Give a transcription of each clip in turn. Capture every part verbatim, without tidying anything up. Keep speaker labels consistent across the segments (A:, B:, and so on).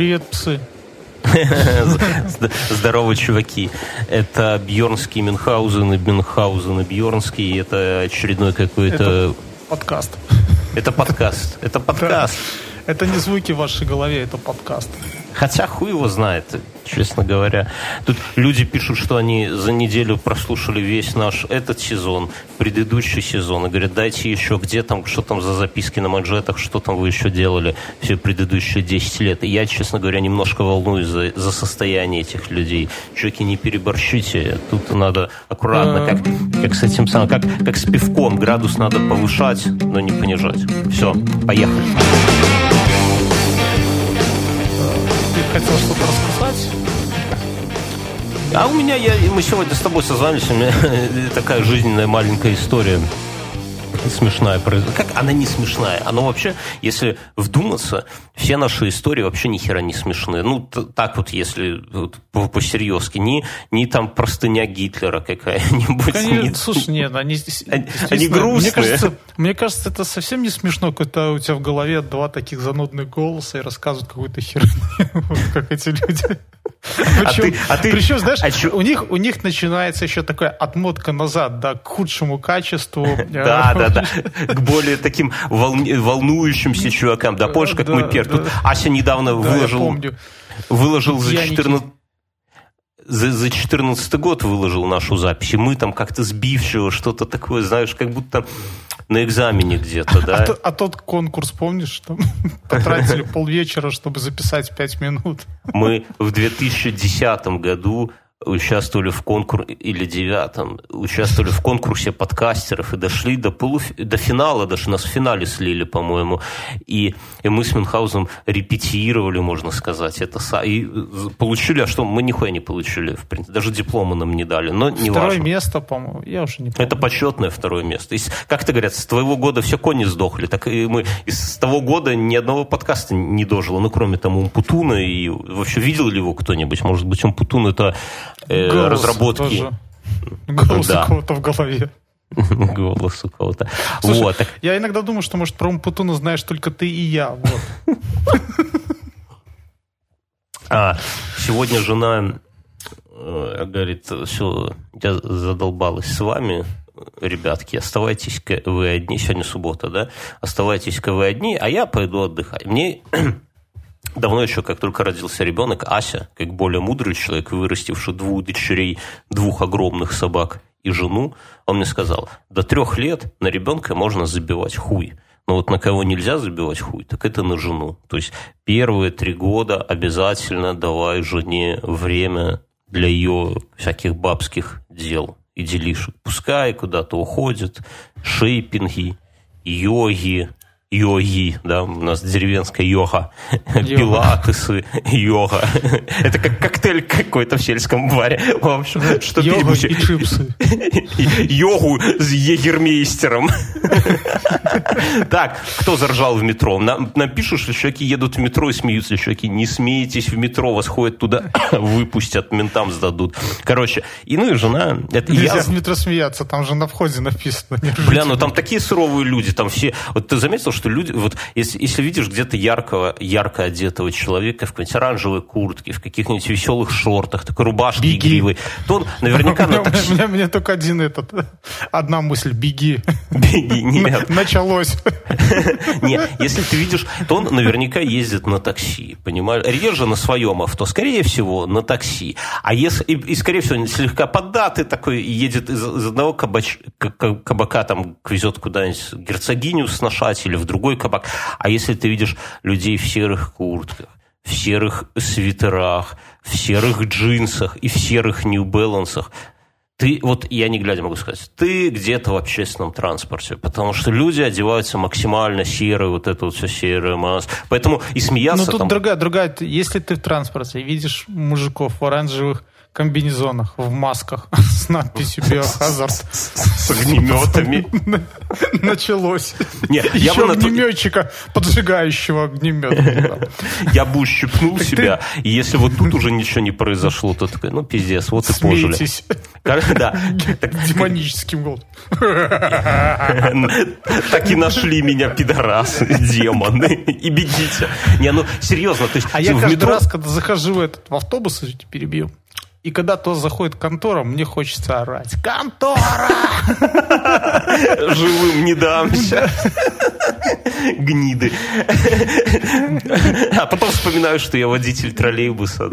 A: Привет, псы.
B: Здорово, чуваки. Это Бьернский, Мюнхгаузен и Мюнхгаузен и Бьернский. Это очередной какой-то...
A: Это подкаст.
B: Это подкаст. Это подкаст.
A: Это не звуки в вашей голове, это подкаст.
B: Хотя хуй его знает, честно говоря. Тут люди пишут, что они за неделю прослушали весь наш этот сезон, предыдущий сезон, и говорят, дайте еще, где там, что там за записки на манжетах, что там вы еще делали все предыдущие десять лет. И я, честно говоря, немножко волнуюсь за, за состояние этих людей. Чуваки, не переборщите, тут надо аккуратно, как, как с этим самым, как, как с пивком, градус надо повышать, но не понижать. Все, поехали.
A: Хотел что-то рассказать.
B: А у меня, я, мы сегодня с тобой созвонились, у меня такая жизненная маленькая история. Смешная. Как она не смешная? Она вообще, если вдуматься, все наши истории вообще ни хера не смешные. Ну, так вот, если вот, по-серьезки. Не, не там простыня Гитлера какая-нибудь.
A: Конечно,
B: не,
A: слушай, нет, они,
B: они, они грустные.
A: Мне кажется, мне кажется, это совсем не смешно, когда у тебя в голове два таких занудных голоса и рассказывают какую-то херню, как эти люди. Причем, а ты, а причем знаешь, а у, них, у них начинается еще такая отмотка назад, да, к худшему качеству.
B: Да, да, да, к более таким волнующимся чувакам. Да, помнишь, как мы первые. Тут Ася недавно выложил, выложил за четырнадцать... За, за четырнадцатый год выложил нашу запись, и мы там как-то сбившего что-то такое, знаешь, как будто на экзамене где-то, да.
A: А, а тот конкурс, помнишь, там потратили полвечера, чтобы записать пять минут.
B: Мы в две тысячи десятом году участвовали в конкурсе, или девятом, участвовали в конкурсе подкастеров и дошли до, полуф... до финала, даже нас в финале слили, по-моему. И, и мы с Мюнхгаузеном репетировали, можно сказать, это. И получили, а что? Мы нихуя не получили, в принципе. Даже диплома нам не дали, но не
A: Второе
B: важно.
A: место, по-моему, я уже не помню.
B: Это почетное второе место. И, как ты говорят, с твоего года все кони сдохли, так и мы с того года ни одного подкаста не дожило, ну, кроме там Умпутуна. И вообще видел ли его кто-нибудь? Может быть, Умпутун это...
A: Голос
B: разработки.
A: Тоже. Голос
B: да.
A: у кого-то в голове.
B: Голос у кого-то.
A: Слушай,
B: вот, так...
A: я иногда думаю, что, может, про Умпутуна знаешь только ты и я. Вот.
B: А, сегодня жена э, говорит, все, я задолбалась с вами, ребятки, оставайтесь-ка вы одни. Сегодня суббота, да? Оставайтесь-ка вы одни, а я пойду отдыхать. Мне... Давно еще, как только родился ребенок, Ася, как более мудрый человек, вырастивший двух дочерей, двух огромных собак и жену, он мне сказал, до трех лет на ребенка можно забивать хуй. Но вот на кого нельзя забивать хуй, так это на жену. То есть первые три года обязательно давай жене время для ее всяких бабских дел и делишек. Пускай куда-то уходит, шейпинги, йоги, йоги, да, у нас деревенская йога, пилатесы, йога. Это как коктейль какой-то в сельском баре. В общем, что
A: йога и чипсы.
B: Йогу с егермейстером. Так, кто заржал в метро? Нам, нам пишут, что человеки едут в метро и смеются. Человеки, не смейтесь в метро, вас ходят туда, выпустят, ментам сдадут. Короче, и ну и жена... Это
A: нельзя
B: я...
A: в метро смеяться, там же на входе написано.
B: Бля, ну там такие суровые люди, там все... Вот ты заметил, что люди... Вот если, если видишь где-то яркого, ярко одетого человека в какой-нибудь оранжевой куртке, в каких-нибудь веселых шортах, такой рубашке игривой, то он наверняка на такси...
A: У меня, у меня только один этот... Одна мысль, беги.
B: Беги, нет.
A: Началось.
B: Нет, если ты видишь, то он наверняка ездит на такси, понимаешь? Реже на своем авто, скорее всего, на такси. А если... И, и скорее всего, слегка поддатый такой, едет из, из одного кабач, кабака, там, везет куда-нибудь герцогиню сношать или в другой кабак. А если ты видишь людей в серых куртках, в серых свитерах, в серых джинсах и в серых New Balance'ах, ты, вот я не глядя могу сказать, ты где-то в общественном транспорте, потому что люди одеваются максимально серые, вот это вот все серое, масс. Поэтому и смеяться...
A: Ну, тут
B: там...
A: другая, другая, если ты в транспорте и видишь мужиков в оранжевых комбинезонах, в масках с надписью «Биохазард».
B: С огнеметами.
A: Началось.
B: Нет,
A: еще огнеметчика, поджигающего огнемет.
B: Я бы ущипнул себя, и если вот тут уже ничего не произошло, то такой, ну, пиздец, вот и пожили.
A: Смейтесь.
B: Да.
A: Демоническим голосом.
B: Так и нашли меня, пидорасы, демоны, и бегите. Не, ну, серьезно. То есть,
A: а я каждый раз, когда захожу в, этот, в автобус, перебью, и когда тот заходит в контору, мне хочется орать. Контора!
B: Живым не дамся. Гниды. А потом вспоминаю, что я водитель троллейбуса.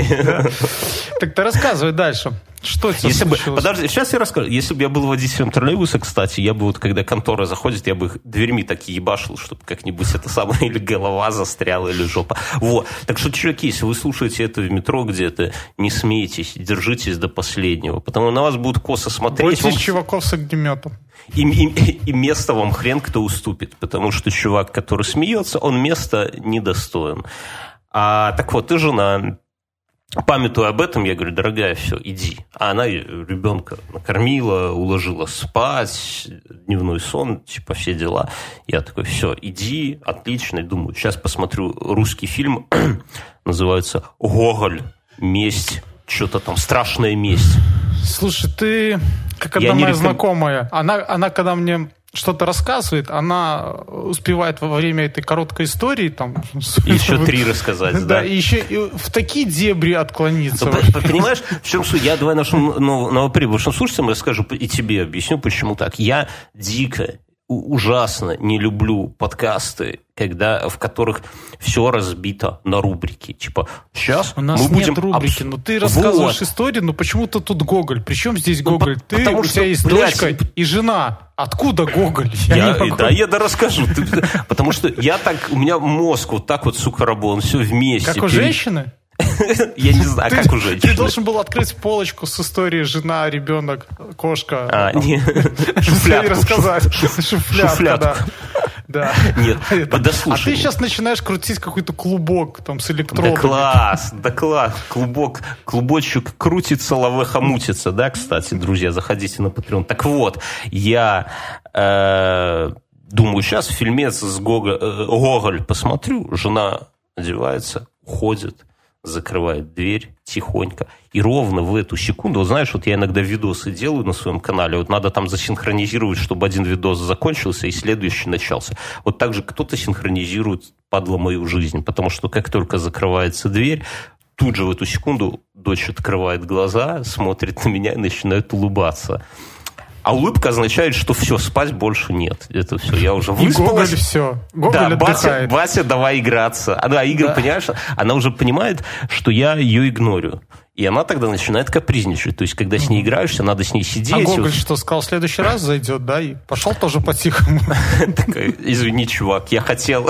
A: Так ты рассказывай дальше. Что тебе
B: если бы,
A: случилось?
B: Подожди, сейчас я расскажу. Если бы я был водителем троллейбуса, кстати, я бы вот, когда контора заходит, я бы их дверьми так ебашил, чтобы как-нибудь это самое, или голова застряла, или жопа. Вот. Так что, чуваки, если вы слушаете это в метро где-то, не смейтесь, держитесь до последнего, потому что на вас будут косо смотреть.
A: Бойтесь чуваков с огнеметом.
B: И, и, и место вам хрен кто уступит, потому что чувак, который смеется, он места недостоин. А, так вот, ты жена... Памятуя об этом, я говорю, дорогая, все, иди. А она ребенка накормила, уложила спать, дневной сон, типа все дела. Я такой, все, иди, отлично. И думаю, сейчас посмотрю русский фильм, называется «Гоголь. Месть». Что-то там, страшная месть.
A: Слушай, ты, как одна моя реком... знакомая, она, она когда мне... что-то рассказывает, она успевает во время этой короткой истории там...
B: Еще три рассказать, да.
A: Да, и еще и в такие дебри отклониться.
B: Понимаешь, в чем суть? Я давай нашим новоприбывшим слушателям расскажу и тебе объясню, почему так. Я дико, ужасно не люблю подкасты, когда, в которых все разбито на рубрики. Типа, сейчас
A: у нас
B: мы
A: нет
B: будем...
A: рубрики, но ты рассказываешь вот. историю, но почему-то тут Гоголь. Причем здесь Гоголь? Ну, ты,
B: потому
A: у
B: что,
A: тебя есть
B: блядь,
A: дочка и жена. Откуда Гоголь?
B: Я, я не да, я да расскажу. Ты, потому что я так, у меня мозг вот так вот, сука, работал, он все вместе.
A: Как у женщины?
B: Я не знаю, как у женщины.
A: Ты должен был открыть полочку с историей жена, ребенок, кошка.
B: А, не. Шуфлядку.
A: Рассказать. Шуфлядку. Да.
B: Нет, дослушай.
A: А ты сейчас начинаешь крутить какой-то клубок там с электродами.
B: Да класс, да класс. Клубок, клубочек крутится, лавеха мутится, да, кстати, друзья, заходите на Patreon. Так вот, я э, думаю, сейчас фильмец с Гоголь, э, Гоголь посмотрю, жена одевается, уходит, закрывает дверь тихонько. И ровно в эту секунду, вот знаешь, вот я иногда видосы делаю на своем канале, вот надо там засинхронизировать, чтобы один видос закончился и следующий начался. Вот так же кто-то синхронизирует, падла, мою жизнь, потому что как только закрывается дверь, тут же в эту секунду дочь открывает глаза, смотрит на меня и начинает улыбаться. А улыбка означает, что все, спать больше нет. Это все, я уже выспалась.
A: И Гоголь все. Гоголь
B: да,
A: отдыхает.
B: Батя, Батя, давай играться. Она, Игорь, да. Понимаешь, она уже понимает, что я ее игнорю. И она тогда начинает капризничать. То есть, когда с ней играешься, надо с ней сидеть.
A: А Гоголь что, сказал, в следующий раз зайдет, да? И пошел тоже по-тихому.
B: Извини, чувак, я хотел...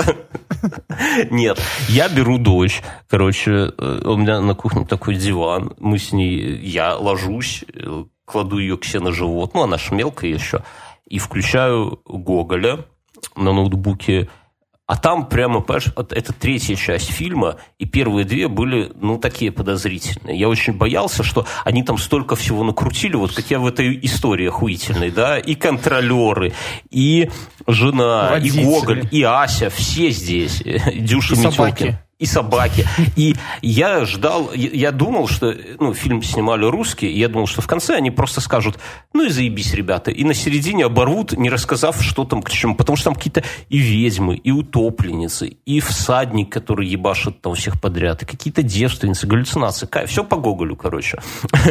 B: Нет, я беру дочь. Короче, у меня на кухне такой диван. Мы с ней... Я ложусь, кладу ее к себе на живот. Ну, она ж мелкая еще. И включаю Гоголя на ноутбуке. А там прямо, понимаешь, это третья часть фильма, и первые две были, ну, такие подозрительные. Я очень боялся, что они там столько всего накрутили, вот как я в этой истории охуительной, да, и контролеры, и жена, водители, и Гоголь, и Ася, все здесь, Дюша Метелкин. И собаки. И я ждал, я думал, что, ну, фильм снимали русские, и я думал, что в конце они просто скажут, ну и заебись, ребята, и на середине оборвут, не рассказав, что там к чему, потому что там какие-то и ведьмы, и утопленницы, и всадник, который ебашит там всех подряд, и какие-то девственницы, галлюцинации, кайф, все по Гоголю, короче.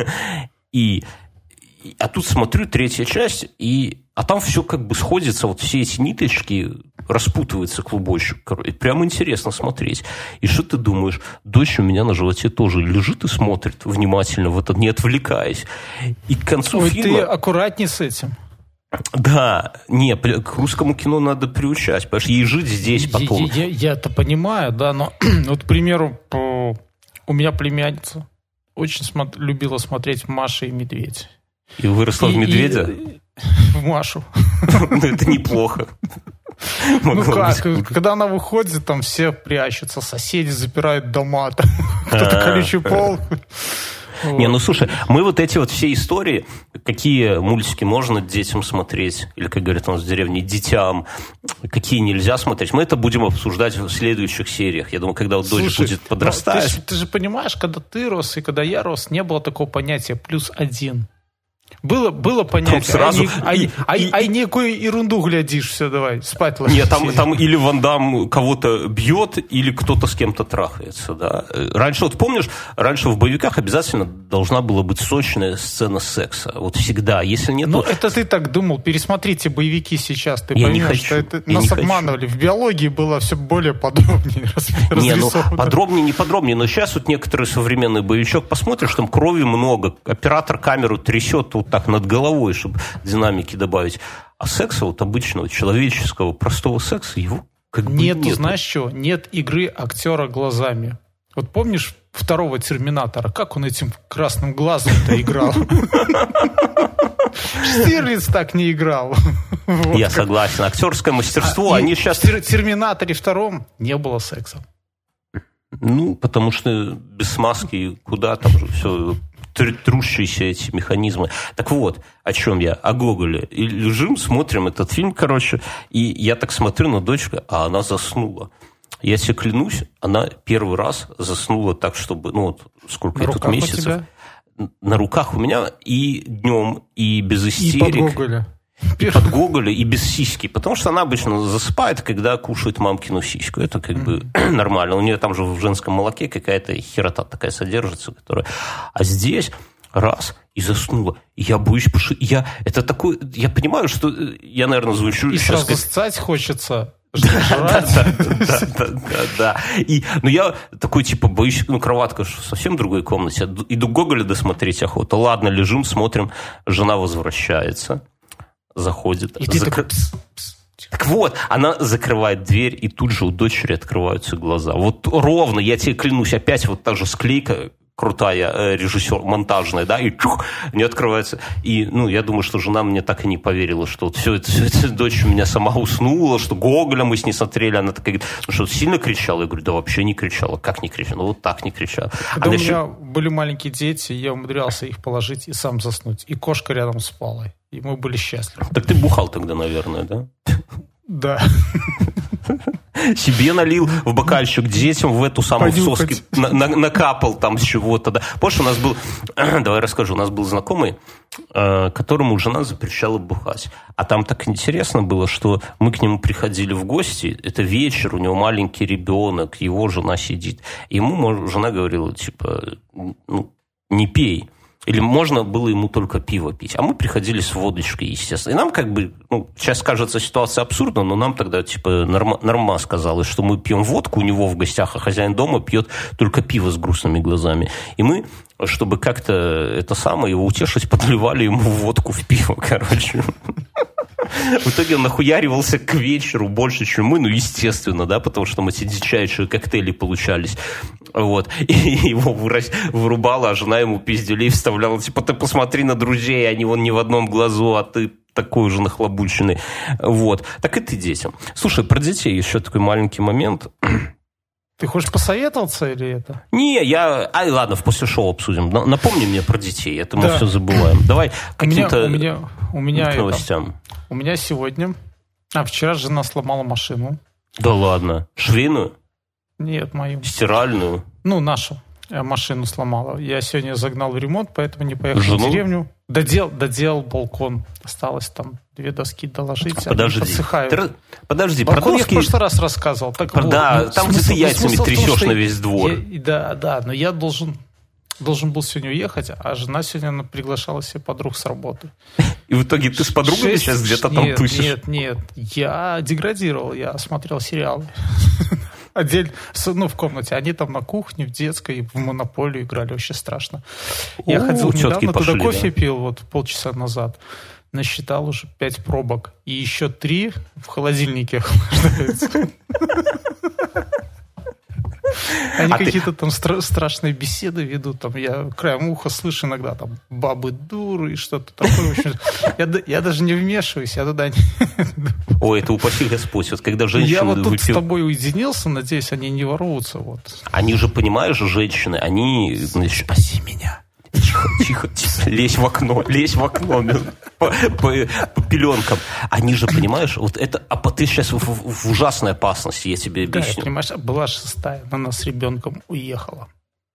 B: И, а тут смотрю, третья часть, и, а там все как бы сходится, вот все эти ниточки, распутывается клубочек. Прямо интересно смотреть. И что ты думаешь? Дочь у меня на животе тоже лежит и смотрит внимательно в это, не отвлекаясь. И к концу
A: Ой,
B: фильма...
A: ты аккуратней с этим.
B: Да, не, к русскому кино надо приучать, понимаешь, ей жить здесь потом.
A: Я, я, я-то понимаю, да, но вот, к примеру, по... у меня племянница очень смо... любила смотреть «Маша и медведь».
B: И выросла и, в медведя?
A: И... В Машу.
B: Ну, это неплохо.
A: Ну как, когда она выходит, там все прячутся, соседи запирают дома, кто-то колючий пол.
B: Вот. Не, ну слушай, мы вот эти вот все истории, какие мультики можно детям смотреть, или, как говорят у нас в деревне, детям, какие нельзя смотреть, мы это будем обсуждать в следующих сериях. Я думаю, когда вот дочь будет подрастать...
A: Ну, ты, ты же понимаешь, когда ты рос и когда я рос, не было такого понятия плюс один. Было, было понятие,
B: сразу...
A: а, и, а, и, а, а некую ерунду глядишь, все, давай, спать ложись.
B: Нет, там, там или Ван Дамм кого-то бьет, или кто-то с кем-то трахается, да. Раньше, вот помнишь, раньше в боевиках обязательно должна была быть сочная сцена секса, вот всегда, если нет...
A: Ну,
B: то...
A: это ты так думал, пересмотрите боевики сейчас, ты
B: я
A: поймешь,
B: не хочу,
A: что это
B: я
A: нас обманывали. В биологии было все более подробнее разрисовано.
B: Не, ну, подробнее, не подробнее, но сейчас вот некоторые современные боевичок посмотришь, там крови много, оператор камеру трясет вот так над головой, чтобы динамики добавить. А секса вот обычного, человеческого, простого секса, его как бы
A: нету.
B: Нету,
A: знаешь что? Нет игры актера глазами. Вот помнишь второго Терминатора? Как он этим красным глазом-то играл? Штирлиц так не играл.
B: Я согласен. Актерское мастерство, они сейчас...
A: В Терминаторе втором не было секса.
B: Ну, потому что без смазки куда там же все... трущиеся эти механизмы. Так вот, о чем я? О Гоголе. И лежим, смотрим этот фильм, короче, и я так смотрю на дочку, а она заснула. Я тебе клянусь, она первый раз заснула так, чтобы, ну вот, сколько я тут месяцев. На руках у меня и днем, и без истерик.
A: И под Гоголя.
B: И под Гоголя, и без сиськи. Потому что она обычно засыпает, когда кушает мамкину сиську. Это как бы нормально. У нее там же в женском молоке какая-то херота такая содержится, которая... А здесь раз и заснула. И я боюсь, потому что я... Это такой... Я понимаю, что я, наверное, звучу...
A: И
B: сейчас
A: сразу как... ссать хочется...
B: Да, да, да, да. И, ну, я такой, типа, боюсь, ну, кроватка в совсем другой комнате. Иду Гоголя досмотреть охота. Ладно, лежим, смотрим. Жена возвращается. Заходит.
A: И ты
B: закр...
A: такой... Пс, пс.
B: Так вот, она закрывает дверь, и тут же у дочери открываются глаза. Вот ровно, я тебе клянусь, опять вот та же склейка крутая, режиссер, монтажная, да, и чух, не открывается. И, ну, я думаю, что жена мне так и не поверила, что вот все это, все это дочь у меня сама уснула, что Гоголя мы с ней смотрели, она такая говорит, ну что, сильно кричала? Я говорю, да вообще не кричала. Как не кричала? Ну, вот так не кричала.
A: Когда у меня еще... были маленькие дети, я умудрялся их положить и сам заснуть. И кошка рядом спала. И мы были счастливы.
B: Так ты бухал тогда, наверное, да?
A: Да.
B: Себе налил в бокальчик, детям в эту самую соски на, на, накапал там с чего-то. Да. Помнишь, у нас был, давай расскажу, у нас был знакомый, э, которому жена запрещала бухать. А там так интересно было, что мы к нему приходили в гости, это вечер, у него маленький ребенок, его жена сидит. Ему жена говорила, типа, ну, не пей. Или можно было ему только пиво пить. А мы приходили с водочкой, естественно. И нам как бы, ну, сейчас кажется ситуация абсурдна, но нам тогда типа норма, норма сказалась, что мы пьем водку у него в гостях, а хозяин дома пьет только пиво с грустными глазами. И мы, чтобы как-то это самое, его утешить, подливали ему водку в пиво, короче. В итоге он нахуяривался к вечеру больше, чем мы, ну, естественно, да, потому что там эти дичайшие коктейли получались. Вот. И его вырубала, а жена ему пизделей вставляла, типа, ты посмотри на друзей, они вон не в одном глазу, а ты такой уже нахлобученный. Вот. Так и ты детям. Слушай, про детей еще такой маленький момент.
A: Ты хочешь посоветоваться или это?
B: Не, я... Ай, ладно, в после шоу обсудим. Напомни мне про детей, это мы да. все забываем. Давай каким-то
A: у меня, у меня,
B: к новостям.
A: Это, у меня сегодня... А, вчера жена сломала машину.
B: Да ладно? Швейную?
A: Нет, мою.
B: Стиральную?
A: Ну, нашу машину сломала. Я сегодня загнал в ремонт, поэтому не поехал
B: Жену?
A: в деревню. Додел, доделал балкон. Осталось там две доски доложить.
B: Подожди. Ты, подожди.
A: Балкон
B: про доски...
A: я в прошлый раз рассказывал. Так,
B: да,
A: ну,
B: там,
A: смысл,
B: где ты яйцами
A: том,
B: трясешь на весь двор.
A: Я, да, да, но я должен... Должен был сегодня уехать, а жена сегодня приглашала себе подруг с работы.
B: И в итоге ты с подругами шесть... сейчас где-то там
A: нет,
B: тусишь?
A: Нет, нет, я деградировал, я смотрел сериалы. Отдельно, ну, в комнате. Они там на кухне, в детской, в монополию играли, вообще страшно. Я ходил недавно, туда кофе пил, вот полчаса назад. Насчитал уже пять пробок. И еще три в холодильнике охлаждаются. Они а какие-то ты... там стра- страшные беседы ведут. Там я краем уха слышу иногда там бабы дуры и что-то такое. В общем, я, я даже не вмешиваюсь, я туда не...
B: Ой, это упаси Господь. Вот когда женщины...
A: Я вот тут
B: выпив...
A: с тобой уединился, надеюсь, они не ворвутся. Вот.
B: Они же, понимаешь, женщины, они...
A: Спаси меня.
B: Тихо, тихо, тихо, лезь в окно, лезь в окно по, по, по пеленкам. Они же, понимаешь, вот это, а ты сейчас в, в, в ужасной опасности, я тебе объясню.
A: Да, понимаешь, была шестая, она с ребенком уехала.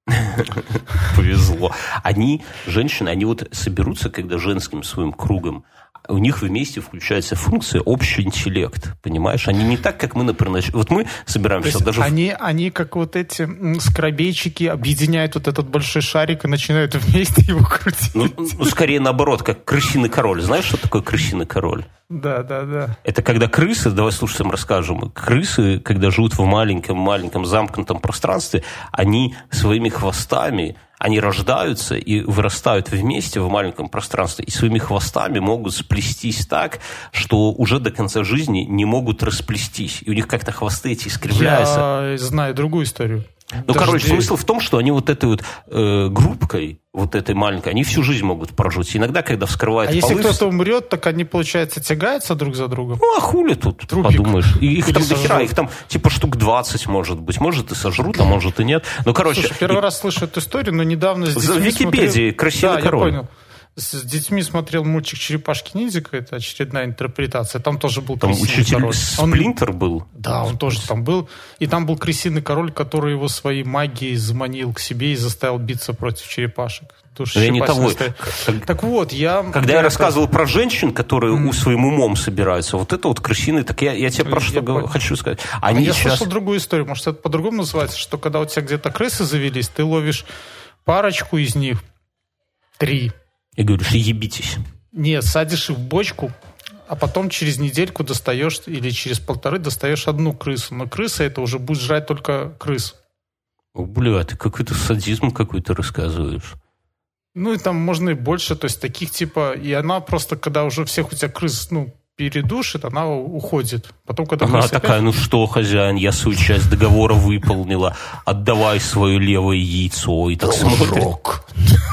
B: Повезло. Они, женщины, они вот соберутся, когда женским своим кругом, у них вместе включается функция общий интеллект, понимаешь? Они не так, как мы, например, вот мы собираемся даже...
A: Они, они как вот эти скоробейчики объединяют вот этот большой шарик и начинают вместе его крутить.
B: Ну, ну скорее наоборот, как крысиный король. Знаешь, что такое крысиный король?
A: Да, да, да.
B: Это когда крысы, давай слушателям расскажем, крысы, когда живут в маленьком-маленьком замкнутом пространстве, они своими хвостами, они рождаются и вырастают вместе в маленьком пространстве, и своими хвостами могут сплестись так, что уже до конца жизни не могут расплестись. И у них как-то хвосты эти искривляются.
A: Я знаю другую историю.
B: Ну, короче, смысл в том, что они вот этой вот э, группкой, вот этой маленькой, они всю жизнь могут прожить. Иногда, когда вскрывают
A: а
B: полы...
A: если кто-то умрет, так они, получается, тягаются друг за другом?
B: Ну, а хули тут, Трупик. Подумаешь. И их Или там дохера, их там типа штук двадцать, может быть. Может, и сожрут, а может, и нет. Ну, короче...
A: Слушай, первый
B: и...
A: раз слышу эту историю, но недавно с детьми
B: В Википедии
A: смотрел...
B: красивый
A: да,
B: король.
A: Я понял. С детьми смотрел мультик «Черепашки-ниндзя», это очередная интерпретация. Там тоже был
B: там
A: крысиный король.
B: Учитель Сплинтер он... был?
A: Да, он тоже там был. И там был крысиный король, который его своей магией заманил к себе и заставил биться против черепашек.
B: Я не того.
A: Как... Так вот, я...
B: Когда я, я рассказывал это... про женщин, которые mm. своим умом собираются, вот это вот крысиный, так я, я тебе про что я хочу сказать. Они
A: я
B: сейчас...
A: слышал другую историю, может, это по-другому называется, что когда у тебя где-то крысы завелись, ты ловишь парочку из них, три.
B: И говоришь, ебитесь.
A: Нет, садишь их в бочку, а потом через недельку достаешь, или через полторы достаешь одну крысу. Но крыса это уже будет жрать только крыс.
B: О, бля, ты какой-то садизм какой-то рассказываешь.
A: Ну, и там можно и больше, то есть таких типа... И она просто, когда уже всех у тебя крыс, ну, передушит, она уходит. Потом, когда
B: она такая, опять... ну что, хозяин, я свою часть договора выполнила, отдавай свое левое яйцо. И так
A: Должок.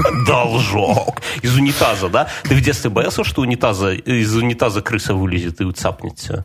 B: Должок. Из унитаза, да? Ты в детстве боялся, что унитаза, из унитаза крыса вылезет и цапнется?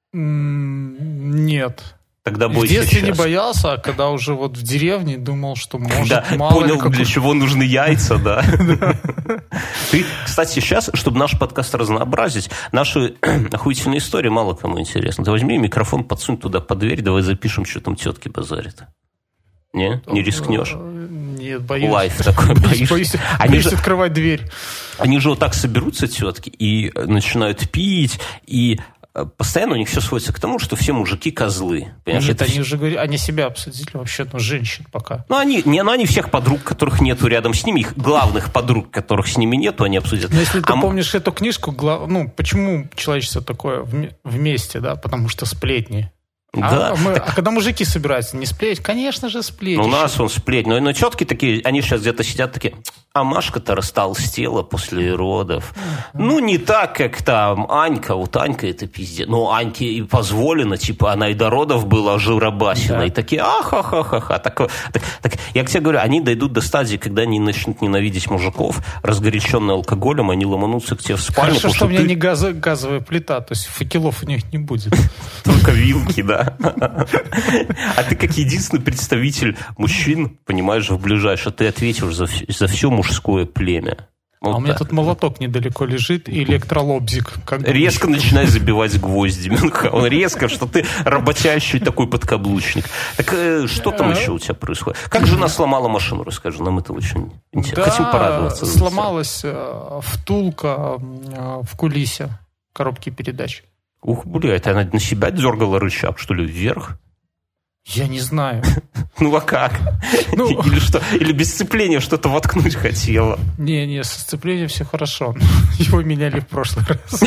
A: Нет.
B: Тогда
A: в детстве сейчас. Не боялся, а когда уже вот в деревне думал, что может,
B: да,
A: мало
B: понял,
A: ли какой...
B: для чего нужны яйца, да. Ты, кстати, сейчас, чтобы наш подкаст разнообразить, наши охуительные истории мало кому интересны. Ты возьми микрофон, подсунь туда под дверь, давай запишем, что там тетки базарят. Не? Не рискнешь?
A: Нет, боюсь.
B: Лайф такой, боишься.
A: Боюсь, они боюсь же, открывать дверь.
B: Они же вот так соберутся, тетки, и начинают пить, и... Постоянно у них все сводится к тому, что все мужики козлы.
A: Понимаешь, нет, они все... уже говорят, они себя обсудили вообще, ну, женщин пока.
B: Ну, они, не, ну, они всех подруг, которых нету рядом с ними, их главных подруг, которых с ними нету, они обсудят.
A: Но если ты а... помнишь эту книжку, ну, почему человечество такое вместе, да, потому что сплетни.
B: Да.
A: А, мы, так... а когда мужики собираются, не сплеть? Конечно же, сплеть.
B: Ну, у нас он сплеть. Но, но четкие такие, они сейчас где-то сидят такие, а Машка-то растолстела после родов. Uh-huh. Ну, не так, как там Анька. Вот Анька это пиздец. Ну, Аньке и позволено, типа, она и до родов была жиробасина. Да. И такие, ахахахаха. Так, так, так, я к тебе говорю, они дойдут до стадии, когда они начнут ненавидеть мужиков, разгоряченные алкоголем, они ломанутся к тебе в спальню.
A: Хорошо, что, что у меня ты... не газ, газовая плита, то есть факелов у них не будет.
B: Только вилки, да. А ты как единственный представитель мужчин, понимаешь, в ближайшее, ты ответишь за, за все мужское племя. Вот
A: а у меня тут молоток недалеко лежит и электролобзик.
B: Как резко начинай забивать гвозди. Он резко, что ты работящий такой подкаблучник. Так что там еще у тебя происходит? Как жена сломала машину, расскажи. Нам это очень интересно.
A: Да,
B: хотим порадоваться.
A: Сломалась втулка в кулисе коробки передач.
B: Ух, бля, это она на себя дергала рычаг, что ли, вверх?
A: Я не знаю.
B: Ну, а как? Ну, или что? Или без сцепления что-то воткнуть хотела?
A: Не-не, со сцеплением все хорошо. Его меняли в прошлый раз.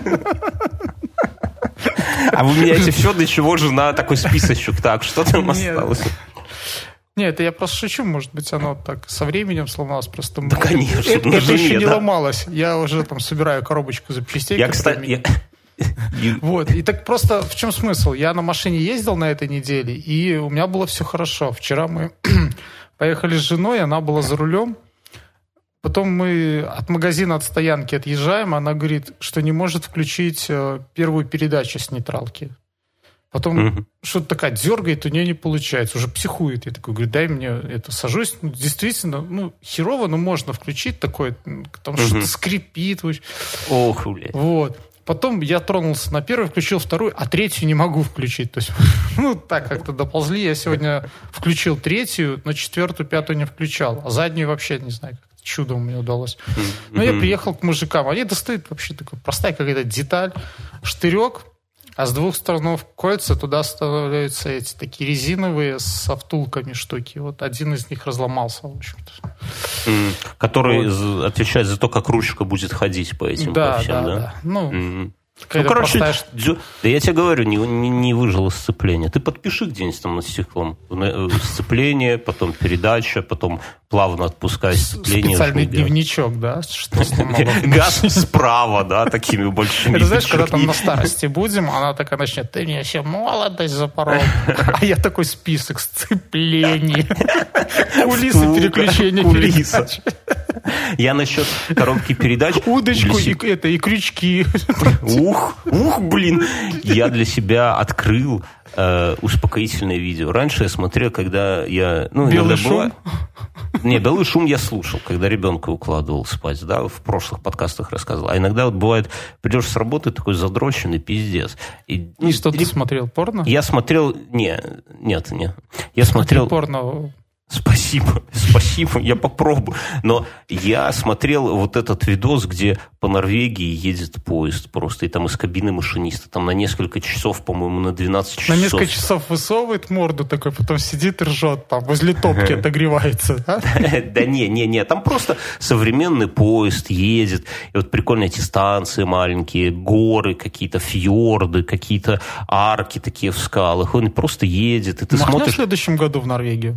B: А вы меняете все, для чего жена такой списочек? Так, что там осталось?
A: Нет, это я просто шучу, может быть, оно так со временем сломалось просто.
B: Да, конечно.
A: Это, это еще не да. ломалось. Я уже там собираю коробочку запчастей.
B: Я, кстати... Я...
A: Вот, и так просто в чем смысл? Я на машине ездил на этой неделе, и у меня было все хорошо. Вчера мы поехали с женой, она была за рулем. Потом мы от магазина, от стоянки отъезжаем, она говорит, что не может включить первую передачу с нейтралки. Потом mm-hmm. что-то такая дергает, у нее не получается, уже психует. Я такой говорю, дай мне это, сажусь. Ну, действительно, ну, херово, но можно включить такое, там mm-hmm. что-то скрипит.
B: Ох, блядь.
A: Вот. Потом я тронулся на первую, включил вторую, а третью не могу включить. То есть, ну, так как-то доползли. Я сегодня включил третью, но четвертую, пятую не включал. А заднюю вообще, не знаю, как чудом мне удалось. Но mm-hmm. я приехал к мужикам. Они достают вообще такая простая какая-то деталь, штырек, а с двух сторон кольца туда вставляются эти такие резиновые с втулками штуки. Вот один из них разломался, в общем-то.
B: Mm, который вот. Отвечает за то, как ручка будет ходить по этим
A: да,
B: по всем,
A: да?
B: да,
A: да. Ну,
B: mm. Ну, короче, простая... да я тебе говорю, не, не, не выжило сцепление. Ты подпиши где-нибудь там над стеклом. Сцепление, потом передача, потом плавно отпускай сцепление.
A: Специальный дневничок, да? Что
B: газ справа, да, такими большими.
A: Это знаешь, когда там на старости будем, она такая начнет, ты мне еще молодость запорол. А я такой список сцеплений. Кулисы переключения передач.
B: Я насчет коробки передач...
A: Удочку и, это, и крючки.
B: Ух, ух, блин. Я для себя открыл э, успокоительное видео. Раньше я смотрел, когда я... Ну,
A: белый шум?
B: Была... Не, белый шум я слушал, когда ребенка укладывал спать, да, в прошлых подкастах рассказывал. А иногда вот бывает, придешь с работы, такой задроченный пиздец. И,
A: и что ты смотрел, порно?
B: Я смотрел... Не, нет, нет. Я смотрел...
A: Порно...
B: Спасибо, спасибо, я попробую. Но я смотрел вот этот видос, где по Норвегии едет поезд просто, и там из кабины машиниста, там на несколько часов, по-моему, на двенадцать часов.
A: На несколько часов высовывает морду такой, потом сидит и ржет, там возле топки отогревается.
B: Да не, не, не, там просто современный поезд едет, и вот прикольно эти станции маленькие, горы какие-то, фьорды, какие-то арки такие в скалах, он просто едет, и ты смотришь...
A: Махнешь в следующем году в Норвегию?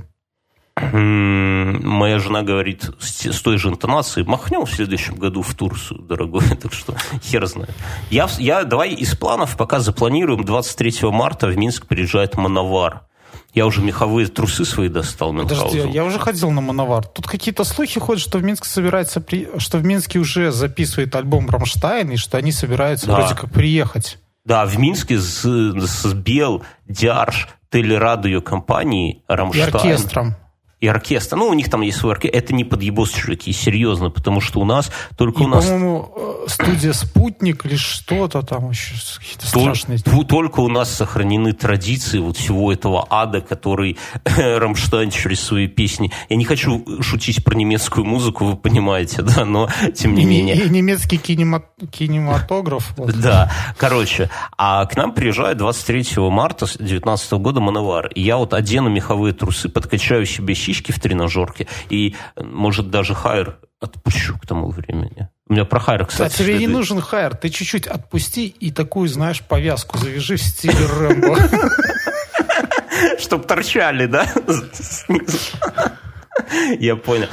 B: Моя жена говорит с, с той же интонацией, махнем в следующем году в Турцию, дорогой, так что хер знает. Я, я, давай из планов пока запланируем, двадцать третьего марта в Минск приезжает Мановар. Я уже меховые трусы свои достал.
A: Подожди, я уже ходил на Мановар. Тут какие-то слухи ходят, что в Минск собирается, при... что в Минске уже записывает альбом Рамштайн, и что они собираются да. вроде как приехать.
B: Да, в Минске с, с Бел, Дярш, телерадиокомпанией Рамштайн.
A: И оркестром.
B: И оркестр. Ну, у них там есть свой оркестр. Это не подъебос, чуваки, серьезно, потому что у нас только
A: и,
B: у нас...
A: по-моему, студия «Спутник» или что-то там еще какие-то страшные...
B: Только у нас сохранены традиции вот всего этого ада, который Рамштайн через свои песни... Я не хочу шутить про немецкую музыку, вы понимаете, да, но тем не
A: и,
B: менее...
A: И немецкий кинема... кинематограф. Вот.
B: Да, короче. А к нам приезжает двадцать третьего марта две тысячи девятнадцатого года Мановар. И я вот одену меховые трусы, подкачаю себе щи в тренажерке, и, может, даже хайр отпущу к тому времени. У меня про хайр, кстати...
A: А тебе следует... не нужен хайр, ты чуть-чуть отпусти и такую, знаешь, повязку завяжи в стиле Рэмбо.
B: Чтоб торчали, да? Я понял.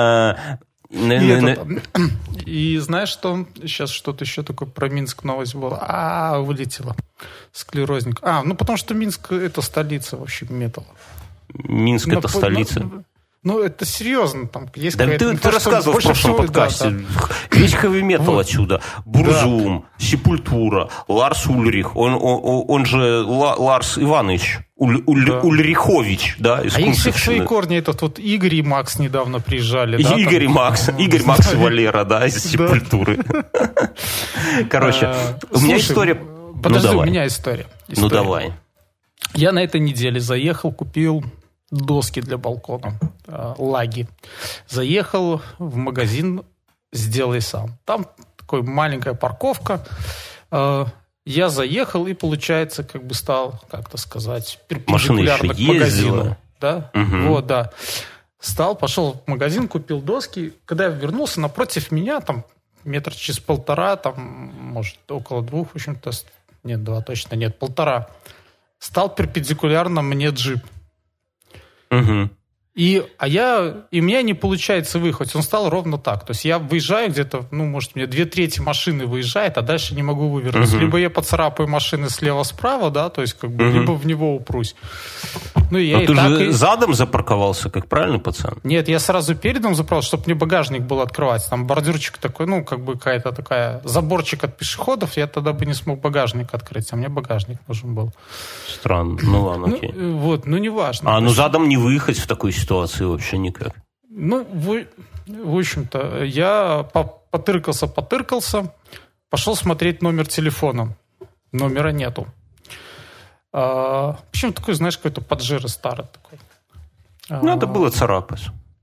A: И знаешь, что сейчас что-то еще такое про Минск новость была? А, вылетело. Склерозник. А, ну потому что Минск — это столица вообще металла.
B: Минск но, это столица.
A: Ну, ну, это серьезно. Там есть
B: да ты, ты рассказывал в прошлом всего, подкасте. Да, да. Весь хэви-метал вот. Отсюда. Буржум, да. Сепультура, Ларс Ульрих. Он, он, он же Ларс Иванович Уль, Уль, да. Ульрихович. Да, из
A: а их всех свои корни. Этот вот Игорь и Макс недавно приезжали. Да,
B: Игорь и Макс. Игорь, Макс и Валера, да, из Сепультуры. Короче, у меня история...
A: Подожди, у меня история.
B: Ну, давай.
A: Я на этой неделе заехал, купил доски для балкона, э, лаги. Заехал в магазин «Сделай сам». Там такая маленькая парковка. Э, я заехал и, получается, как бы стал, как-то сказать, перпендикулярно к магазину. Да? Угу. Вот, да. Стал, пошел в магазин, купил доски. Когда я вернулся, напротив меня, там, метр через полтора, там, может, около двух, в общем-то, нет, два точно нет, полтора. Стал перпендикулярно мне джип.
B: Угу.
A: И, а я, и у меня не получается выехать. Он стал ровно так. То есть я выезжаю где-то, ну, может, мне две трети машины выезжает, а дальше не могу вывернуться. Угу. Либо я поцарапаю машины слева-справа, да, то есть как бы, угу. либо в него упрусь. Ну, я
B: Но
A: и
B: ты
A: так
B: же
A: и...
B: задом запарковался, как правильный пацан?
A: Нет, я сразу передом заправил, чтобы мне багажник был открывать. Там бордюрчик такой, ну, как бы какая-то такая... Заборчик от пешеходов, я тогда бы не смог багажник открыть, а мне багажник нужен был.
B: Странно. Ну, ладно, окей.
A: Ну, вот, ну, неважно.
B: А, ну, задом не выехать в такой ситуации вообще никак.
A: Ну, в, в общем-то, я потыркался-потыркался, пошел смотреть номер телефона. Номера нету. А, почему такой, знаешь, какой-то поджира старый такой.
B: Надо а, было царапать.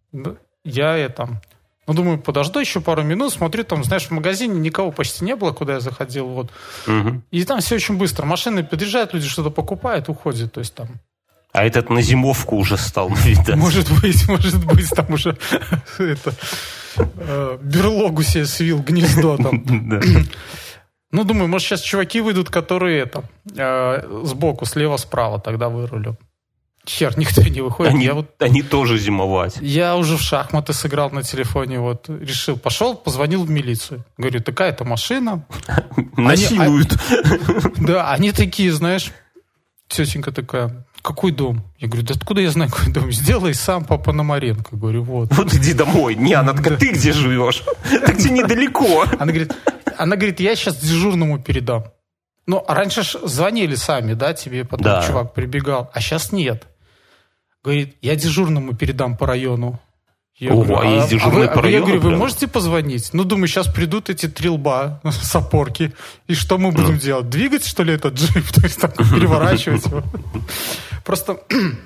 A: Я это... Ну, думаю, подожду еще пару минут, смотрю, там, знаешь, в магазине никого почти не было, куда я заходил, вот.
B: Угу.
A: И там все очень быстро. Машины подъезжают, люди что-то покупают, уходят, то есть там...
B: А этот на зимовку уже стал навидаться.
A: Может быть, может быть, там уже это, э, берлогу себе свил, гнездо там. Ну, думаю, может, сейчас чуваки выйдут, которые это, э, сбоку, слева, справа, тогда вырулю. Хер, никто не выходит.
B: Они,
A: я вот,
B: они тоже зимовать.
A: Я уже в шахматы сыграл на телефоне, вот, решил. Пошел, позвонил в милицию. Говорю, такая-то машина.
B: Насилуют.
A: Да, они такие, знаешь, тетенька такая... Какой дом? Я говорю, да откуда я знаю, какой дом? Сделай сам, папа Пономаренко. Говорю, вот.
B: Вот иди домой. Не, она такая, ты где живешь? Так тебе недалеко.
A: Она говорит, она говорит, я сейчас дежурному передам. Ну, раньше ж звонили сами, да, тебе потом да. чувак прибегал, а сейчас нет. Говорит, я дежурному передам по району. Я
B: Ого,
A: говорю,
B: а есть дежурный
A: а
B: по
A: вы,
B: району?
A: Я говорю, вы
B: прям?
A: можете позвонить? Ну, думаю, сейчас придут эти три лба с опорки. И что мы будем mm. делать? Двигать, что ли, этот джип? То есть, так, переворачивать его? Просто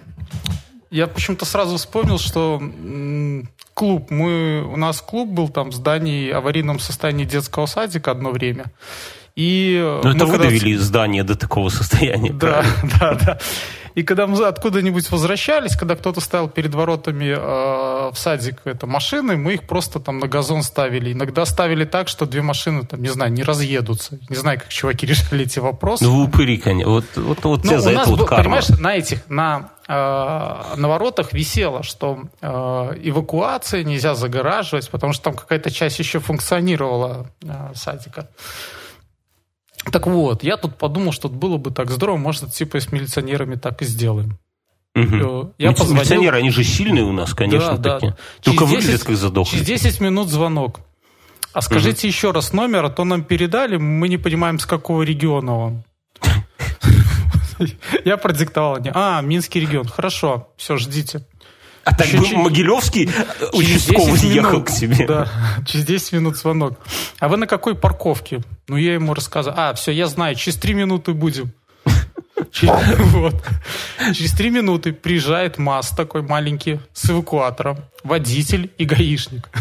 A: я почему-то сразу вспомнил, что м- клуб, мы, у нас клуб был там в здании, аварийном состоянии детского садика одно время. И
B: ну, это вы когда... довели здание до такого состояния.
A: Да, да, да. И когда мы откуда-нибудь возвращались, когда кто-то ставил перед воротами э, в садик это, машины, мы их просто там на газон ставили. Иногда ставили так, что две машины, там, не знаю, не разъедутся. Не знаю, как чуваки решили эти вопросы.
B: Ну, вы упыри, конечно. Вот, вот, вот
A: ну,
B: тебе за это
A: был,
B: вот карма.
A: Понимаешь, на этих, на, э, на воротах висело, что э, эвакуация, нельзя загораживать, потому что там какая-то часть еще функционировала э, садика. Так вот, я тут подумал, что было бы так здорово, может, типа с милиционерами так и сделаем.
B: Угу. Я позвонил... Милиционеры, они же сильные у нас, конечно, да, такие. Да. Только через выглядят как задохлые.
A: Через десять минут звонок. А скажите угу. еще раз номер, а то нам передали, мы не понимаем, с какого региона он. Я продиктовал. А, Минский регион. Хорошо, все, ждите.
B: А так бы Могилевский участковый ехал к себе.
A: Да, через десять минут звонок. А вы на какой парковке? Ну, я ему рассказывал. А, все, я знаю, через три минуты будем. Вот. Через три минуты приезжает МАЗ такой маленький с эвакуатором, водитель и гаишник.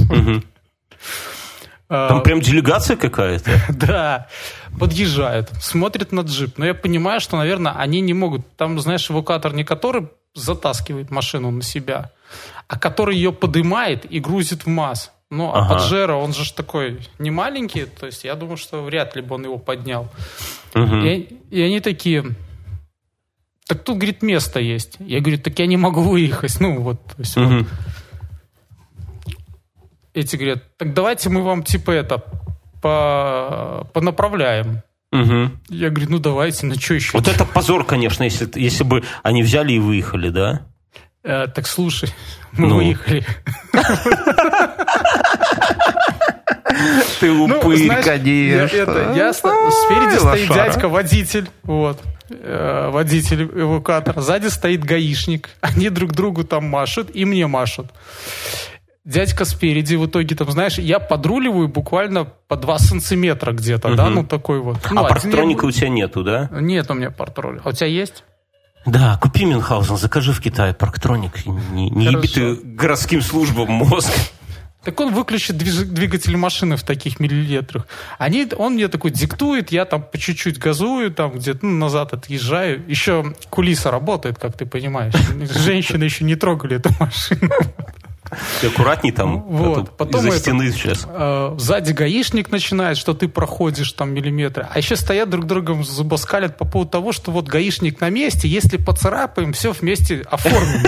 B: Там прям делегация какая-то?
A: Да. Подъезжают, смотрят на джип. Но я понимаю, что, наверное, они не могут. Там, знаешь, эвакуатор не который затаскивает машину на себя, а который ее подымает и грузит в МАЗ. Ну, а ага. Паджеро, он же такой не маленький, то есть я думаю, что вряд ли бы он его поднял. Угу. И, и они такие... Так тут, говорит, место есть. Я говорю, так я не могу выехать. Ну, вот, то есть, угу. вот. Эти говорят, так давайте мы вам, типа, это, по... понаправляем.
B: Угу.
A: Я говорю, ну давайте, ну что еще?
B: Вот это позор, конечно, если, если бы они взяли и выехали, да?
A: Э, так слушай, мы ну. выехали.
B: Ты упырь, конечно.
A: Я спереди стоит дядька, водитель, вот, водитель эвакуатора, сзади стоит гаишник, они друг другу там машут и мне машут. Дядька спереди, в итоге, там, знаешь, я подруливаю буквально по два сантиметра где-то, угу. да, ну такой вот. Ну,
B: а парктроника у тебя нету, да?
A: Нет у меня парктроника. А у тебя есть?
B: Да, купи Мюнхгаузен, закажи в Китае парктроник. Не, не еби ты городским службам мозг.
A: Так он выключит двигатель машины в таких миллилитрах. Они, он мне такой диктует, я там по чуть-чуть газую, там где-то ну, назад отъезжаю. Еще кулиса работает, как ты понимаешь. Женщины еще не трогали эту машину.
B: Ты аккуратней там,
A: вот.
B: а потом из-за стены
A: это,
B: сейчас.
A: Э, сзади гаишник начинает, что ты проходишь там миллиметры. А еще стоят друг другом зубоскалят по поводу того, что вот гаишник на месте, если поцарапаем, все вместе оформим.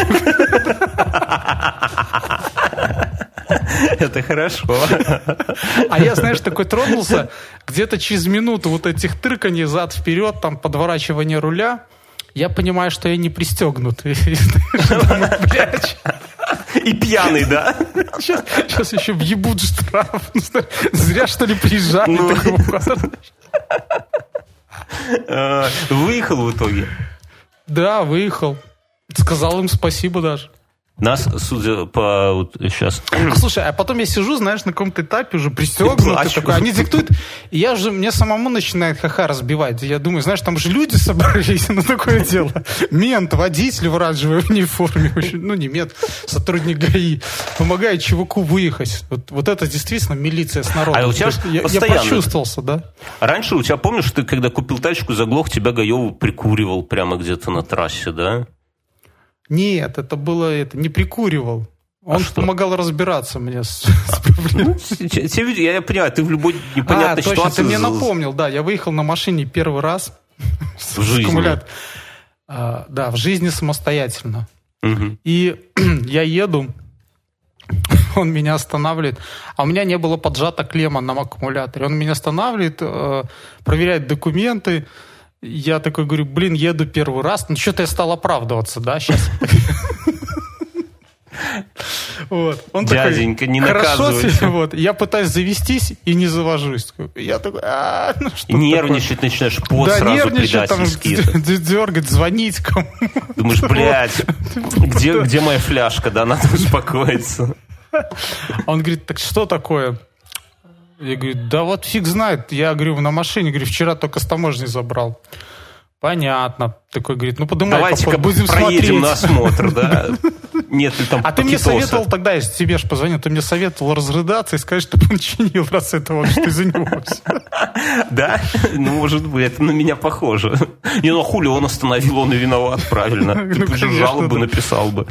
B: Это хорошо.
A: А я, знаешь, такой тронулся, где-то через минуту вот этих тырканий зад-вперед, там подворачивание руля, я понимаю, что я не пристегнут.
B: И пьяный, да?
A: Сейчас, сейчас еще въебут штраф. Зря, что ли, приезжали. Ну,
B: выехал в итоге?
A: Да, выехал. Сказал им спасибо даже.
B: Нас, судя по... Вот сейчас...
A: Слушай, а потом я сижу, знаешь, на каком-то этапе уже пристегнутый такой, они диктуют, и я же, мне самому начинает ха-ха разбивать. Я думаю, знаешь, там же люди собрались на такое дело. Мент, водитель в оранжевой униформе, ну не мент, сотрудник ГАИ, помогает чуваку выехать. Вот, вот это действительно милиция с народом.
B: А у тебя
A: я, я почувствовался, да.
B: Раньше у тебя, помнишь, ты когда купил тачку, заглох, тебя гаёву прикуривал прямо где-то на трассе, да?
A: Нет, это было, это не прикуривал. Он а помогал разбираться мне с, с проблемой.
B: Ну, я понимаю, ты в любой непонятной
A: а,
B: ситуации...
A: Точно, ты мне напомнил, да, я выехал на машине первый раз.
B: В жизни?
A: А, да, в жизни самостоятельно. Угу. И я еду, он меня останавливает, а у меня не было поджата клемма на аккумуляторе. Он меня останавливает, проверяет документы. Я такой говорю, блин, еду первый раз. Ну, что-то я стал оправдываться, да, сейчас. Вот. Он
B: Дяденька,
A: такой,
B: не наказывайте.
A: Вот. Я пытаюсь завестись и не завожусь. Я такой, а, ну что
B: и нервничать такое? Начинаешь, пот да, сразу предательский.
A: Там, дергать, звонить кому-то.
B: Думаешь, блядь, где, где моя фляжка, да, надо успокоиться.
A: Он говорит, так что такое? Я говорю, да вот фиг знает. Я говорю, на машине, говорю, вчера только с таможни забрал. Понятно. Такой говорит, ну подумай,
B: давайте-ка будем проедем смотреть на осмотр, да? Нет ли там
A: а ты мне советовал тогда, я тебе же позвонил, ты мне советовал разрыдаться и сказать, чтобы он чинил, раз это он, что из-за него.
B: Да? Ну, может быть, это на меня похоже. Не, ну хули он остановил, он и виноват, правильно. Ты же жалобу написал бы.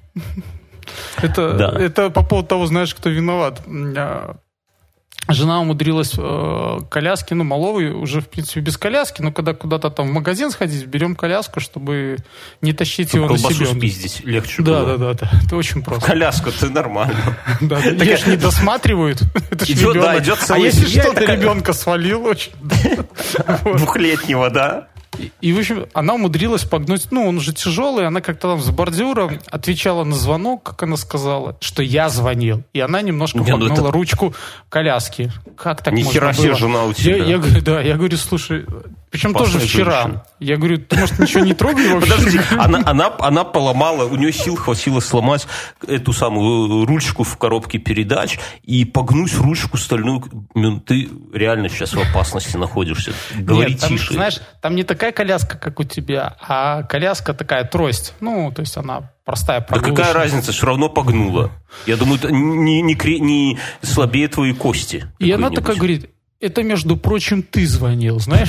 A: Это по поводу того, знаешь, кто виноват. Жена умудрилась э, коляски, ну, малого уже, в принципе, без коляски, но когда куда-то там в магазин сходить, берем коляску, чтобы не тащить чтобы его на себе.
B: Колбасу спиздить легче
A: да,
B: было.
A: Да, да, да, это очень просто.
B: Коляску-то нормально.
A: Да, ее же не досматривают. Это же ребенок. А если что, ты ребенка свалил очень.
B: Двухлетнего, да?
A: И, и, в общем, она умудрилась погнуть, ну, он же тяжелый, она как-то там с бордюра отвечала на звонок, как она сказала, что я звонил. И она немножко не, погнула ну это... ручку коляски. Как так
B: Ни
A: можно было?
B: Ни хера себе жена у тебя.
A: Я, я говорю, да, я говорю, слушай, причем тоже вчера. Женщина. Я говорю, ты, может, ничего не трогай вообще?
B: Подожди, она, она, она поломала, у нее сил хватило сломать эту самую ручку в коробке передач и погнуть ручку стальную. Ты реально сейчас в опасности находишься. Говори
A: Нет, там,
B: тише.
A: Знаешь, там не такая коляска, как у тебя, а коляска такая, трость. Ну, то есть она простая, прогулочная.
B: Да какая разница, все равно погнула. Я думаю, это не, не, не слабее твои кости.
A: И она такая говорит, это, между прочим, ты звонил, знаешь?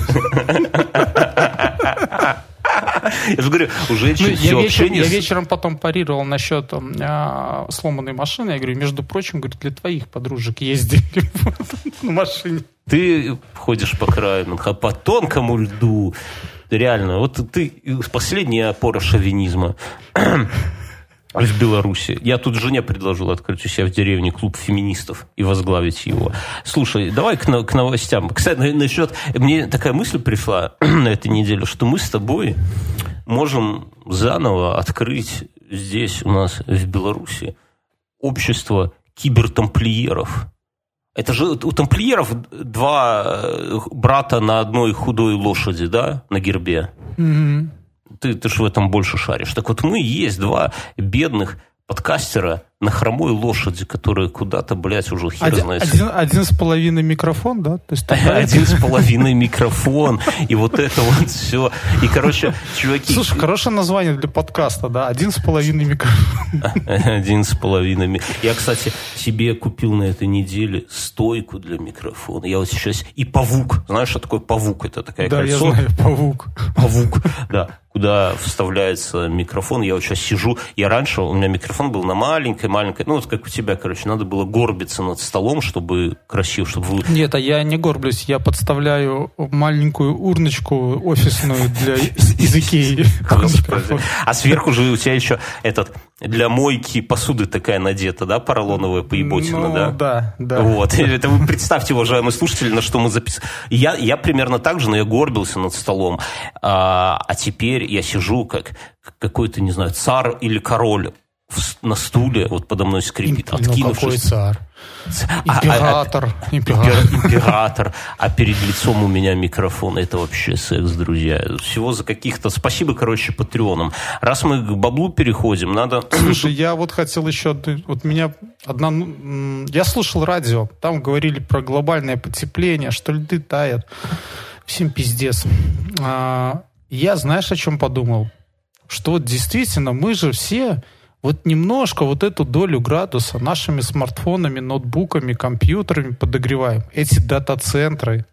B: Я же говорю, уже ну, все
A: я, вечер,
B: общение...
A: я вечером потом парировал насчет э, сломанной машины. Я говорю, между прочим, говорит, для твоих подружек ездили на машине.
B: Ты ходишь по краю, по тонкому льду. Реально, вот ты последняя опора шовинизма в Беларуси. Я тут жене предложил открыть у себя в деревне клуб феминистов и возглавить его. Слушай, давай к, к новостям. Кстати, насчет... Мне такая мысль пришла на этой неделе, что мы с тобой можем заново открыть здесь у нас в Беларуси общество кибертамплиеров. Это же у тамплиеров два брата на одной худой лошади, да, на гербе.
A: Mm-hmm.
B: Ты, ты же в этом больше шаришь. Так вот мы есть два бедных подкастера на хромой лошади, которые куда-то, блядь, уже хер
A: один,
B: знает.
A: Один, один с половиной микрофон, да? То есть,
B: один с половиной микрофон, и вот это вот все. И, короче, чуваки...
A: Слушай, хорошее название для подкаста, да? Один с половиной микрофон.
B: Один с половиной. Я, кстати, себе купил на этой неделе стойку для микрофона. Я вот сейчас... И павук. Знаешь, что такое павук? Это такая
A: да,
B: кольцо.
A: Да, я знаю, павук.
B: Павук, да. Куда вставляется микрофон. Я вот сейчас сижу. Я раньше... У меня микрофон был на маленькой, маленькой... Ну, вот как у тебя, короче. Надо было горбиться над столом, чтобы красиво, чтобы... Вы...
A: Нет, а я не горблюсь. Я подставляю маленькую урночку офисную для из Икеи.
B: А сверху же у тебя еще этот... Для мойки посуды такая надета, да, поролоновая поеботина,
A: ну,
B: да?
A: да, да.
B: Вот. Это вы представьте, уважаемые слушатели, на что мы записали. Я, я примерно так же, но я горбился над столом. А, а теперь говоря, я сижу как какой-то, не знаю, царь или король на стуле, вот подо мной скрипит,
A: ну,
B: откинувшись.
A: Какой царь? Император.
B: А, а, император. Император. А перед лицом у меня микрофон. Это вообще секс, друзья. Всего за каких-то... Спасибо, короче, патреонам. Раз мы к баблу переходим, надо...
A: Слушай, я вот хотел еще... Вот меня одна... Я слушал радио. Там говорили про глобальное потепление, что льды тают. Всем пиздец. Я, знаешь, о чем подумал? Что вот действительно мы же все... Вот немножко вот эту долю градуса нашими смартфонами, ноутбуками, компьютерами подогреваем. Эти дата-центры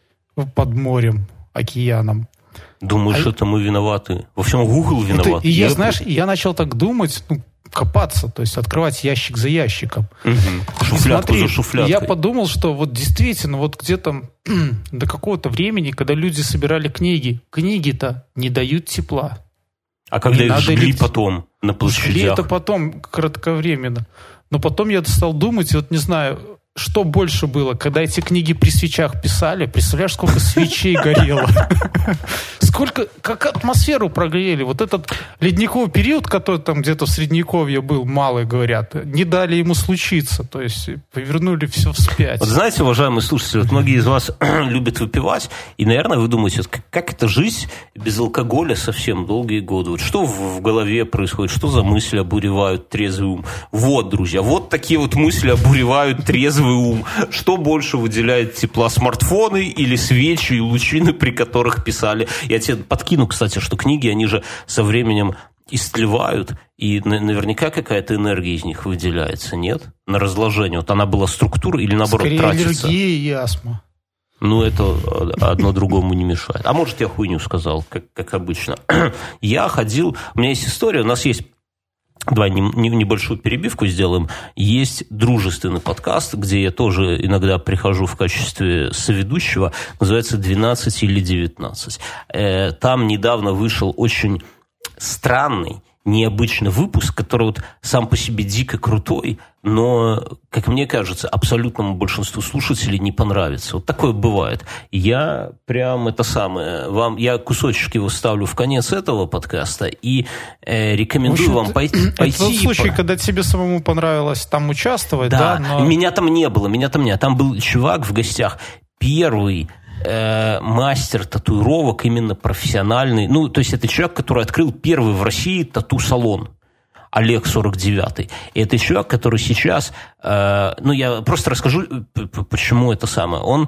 A: под морем, океаном.
B: Думаешь, а это мы виноваты? Во всем Google виноват.
A: Это, и я, знаешь, я начал так думать, ну, копаться, то есть открывать ящик за ящиком.
B: Угу. Шуфлядку
A: смотри,
B: за шуфлядкой.
A: Я подумал, что вот действительно, вот где-то до какого-то времени, когда люди собирали книги, книги-то не дают тепла.
B: А когда их жгли лить... потом на площадях?
A: Жгли это потом, кратковременно. Но потом я стал думать, вот не знаю, что больше было, когда эти книги при свечах писали, представляешь, сколько свечей горело? Сколько, как атмосферу прогрели. Вот этот ледниковый период, который там где-то в Средневековье был, малый, говорят, не дали ему случиться. То есть повернули все вспять.
B: Вот знаете, уважаемые слушатели, вот многие из вас любят выпивать, и, наверное, вы думаете, как, как это жизнь без алкоголя совсем долгие годы? Вот что в, в голове происходит? Что за мысли обуревают трезвый ум? Вот, друзья, вот такие вот мысли обуревают трезвый ум. Что больше выделяет тепла, смартфоны или свечи и лучины, при которых писали? Я тебе подкину, кстати, что книги, они же со временем истлевают, и наверняка какая-то энергия из них выделяется, нет? На разложение. Вот она была структура или, наоборот,
A: скорее
B: тратится?
A: Аллергия и астма.
B: Ну, это одно другому не мешает. А может, я хуйню сказал, как, как обычно. Я ходил... У меня есть история, у нас есть... Давай небольшую перебивку сделаем. Есть дружественный подкаст, где я тоже иногда прихожу в качестве соведущего. Называется «двенадцать или девятнадцать». Там недавно вышел очень странный, необычный выпуск, который вот сам по себе дико крутой, но, как мне кажется, абсолютному большинству слушателей не понравится. Вот такое бывает. Я прям это самое... вам Я кусочек его ставлю в конец этого подкаста и э, рекомендую общем, вам пойти...
A: Это пойти тот случай, по... когда тебе самому понравилось там участвовать, да?
B: Да,
A: но...
B: меня там не было, меня там не было. Там был чувак в гостях, первый... мастер татуировок, именно профессиональный. Ну, то есть это человек, который открыл первый в России тату-салон. Олег сорок девятый. И это человек, который сейчас... Э, ну, я просто расскажу, почему это самое. Он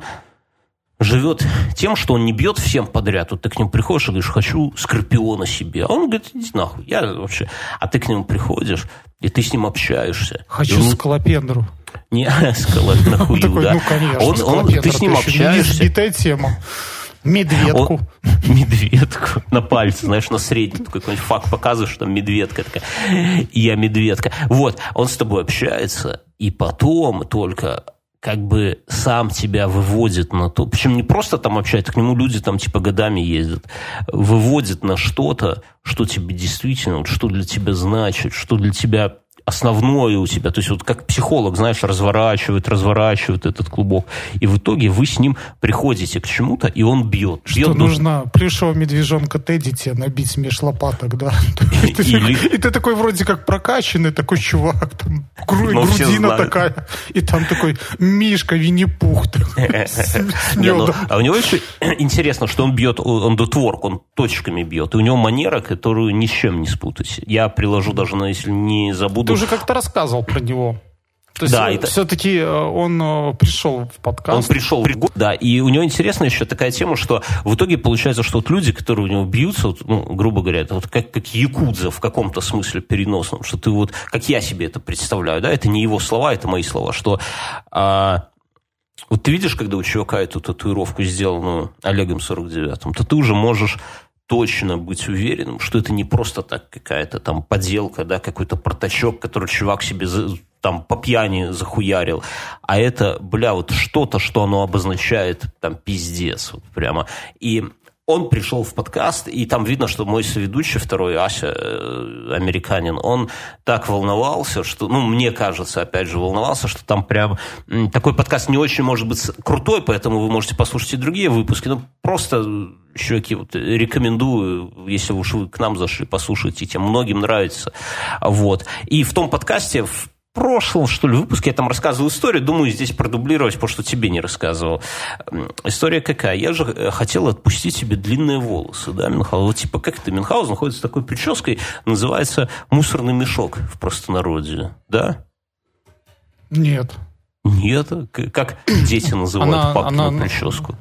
B: живет тем, что он не бьет всем подряд. Вот ты к нему приходишь и говоришь, хочу скорпиона себе. А он говорит, иди нахуй. Я вообще... А ты к нему приходишь, и ты с ним общаешься.
A: Хочу он... скалопендру.
B: Не, скалопендру, нахуй, да.
A: Ну, конечно,
B: он, он, ты с ним общаешься.
A: Избитая тема. Медведку.
B: Он, медведку на пальце, знаешь, на средний такой какой-нибудь факт показываешь, что там медведка такая. Я медведка. Вот, он с тобой общается, и потом только как бы сам тебя выводит на то, причем не просто там общается, к нему люди там типа годами ездят, выводит на что-то, что тебе действительно, вот, что для тебя значит, что для тебя основное у тебя, то есть вот как психолог, знаешь, разворачивает, разворачивает этот клубок, и в итоге вы с ним приходите к чему-то, и он бьет.
A: Что
B: бьет
A: нужно до... плюшевого медвежонка Тедди тебе набить меж лопаток, да? И ты такой вроде как прокачанный такой чувак, там грудина такая, и там такой Мишка Винни-Пух.
B: А у него еще интересно, что он бьет, он дотворк, он точками бьет, и у него манера, которую ни с чем не спутать. Я приложу даже, если не забуду.
A: Ты уже как-то рассказывал про него. То есть да, это... все-таки он пришел в подкаст.
B: Он пришел, да, и у него интересная еще такая тема, что в итоге получается, что вот люди, которые у него бьются, вот, ну, грубо говоря, это вот как, как якудза в каком-то смысле переносном, что ты вот, как я себе это представляю, да, это не его слова, это мои слова, что а, вот ты видишь, когда у чувака эту татуировку сделанную Олегом сорок девятым, то ты уже можешь точно быть уверенным, что это не просто так какая-то там поделка, да, какой-то портачок, который чувак себе там по пьяни захуярил, а это, бля, вот что-то, что оно обозначает там пиздец, вот прямо. И он пришел в подкаст, и там видно, что мой соведущий второй, Ася, американин, он так волновался, что, ну, мне кажется, опять же, волновался, что там прям такой подкаст не очень может быть крутой, поэтому вы можете послушать и другие выпуски. Ну, просто, чуваки, вот, рекомендую, если уж вы к нам зашли, послушайте, тем многим нравится. Вот. И в том подкасте, в прошлом, что ли, выпуске я там рассказывал историю, думаю, здесь продублировать, потому что тебе не рассказывал. История какая? Я же хотел отпустить себе длинные волосы, да, Мюнхгаузен. Вот типа, как это, Мюнхгаузен находится с такой прической, называется мусорный мешок в простонародье, да?
A: Нет.
B: Нет? Как дети называют она, папкину она... прическу?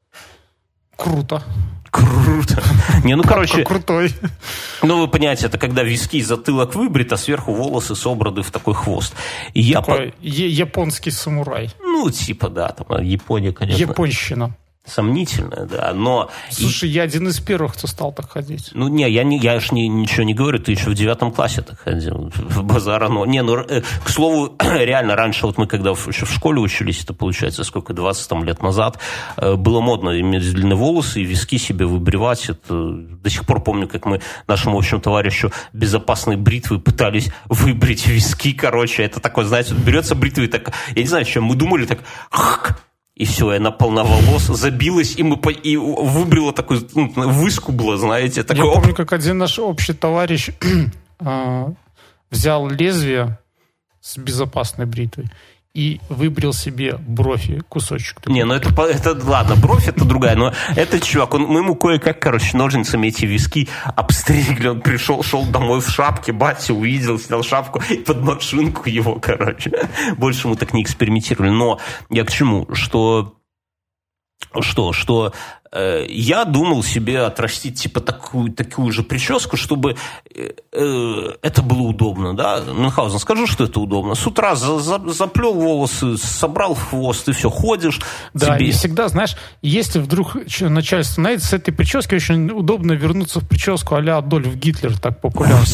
A: Круто.
B: Круто. Не, ну, короче...
A: Крутой.
B: Ну, вы понимаете, это когда виски и затылок выбрит, а сверху волосы собраны в такой хвост. И я
A: такой по... японский самурай.
B: Ну, типа, да, там Япония, конечно.
A: Японщина.
B: Сомнительная, да, но...
A: Слушай, и... я один из первых, кто стал так ходить.
B: Ну, не, я, не, я ж не, ничего не говорю, ты еще в девятом классе так ходил, в базара, но... Не, ну, э, к слову, реально, раньше вот мы, когда еще в школе учились, это, получается, сколько, двадцать там, лет назад, э, было модно иметь длинные волосы и виски себе выбривать. Это, до сих пор помню, как мы нашему, в общем, товарищу безопасной бритвы пытались выбрить виски, короче, это такое, знаете, берется бритва и так, я не знаю, чем мы думали, так... И все, и она полна волос, забилась, и, мы по... и выбрила такой, ну, выскубла, знаете. Такой...
A: Я помню, как один наш общий товарищ э, взял лезвие с безопасной бритвой и выбрил себе брови, кусочек. Такой.
B: Не, ну это, это ладно, бровь это другая, но этот чувак, он, мы ему кое-как, короче, ножницами эти виски обстригли, он пришел, шел домой в шапке, батя увидел, снял шапку и под машинку его, короче. Больше мы так не экспериментировали, но я к чему, что... Что, что э, я думал себе отрастить типа такую, такую же прическу, чтобы э, э, это было удобно, да? Мюнхгаузен, скажу, что это удобно. С утра за, за, заплел волосы, собрал в хвост, и все, ходишь.
A: Да,
B: тебе...
A: и всегда, знаешь, если вдруг начальство найдет, с этой прически очень удобно вернуться в прическу а-ля Адольф Гитлер, так популярно.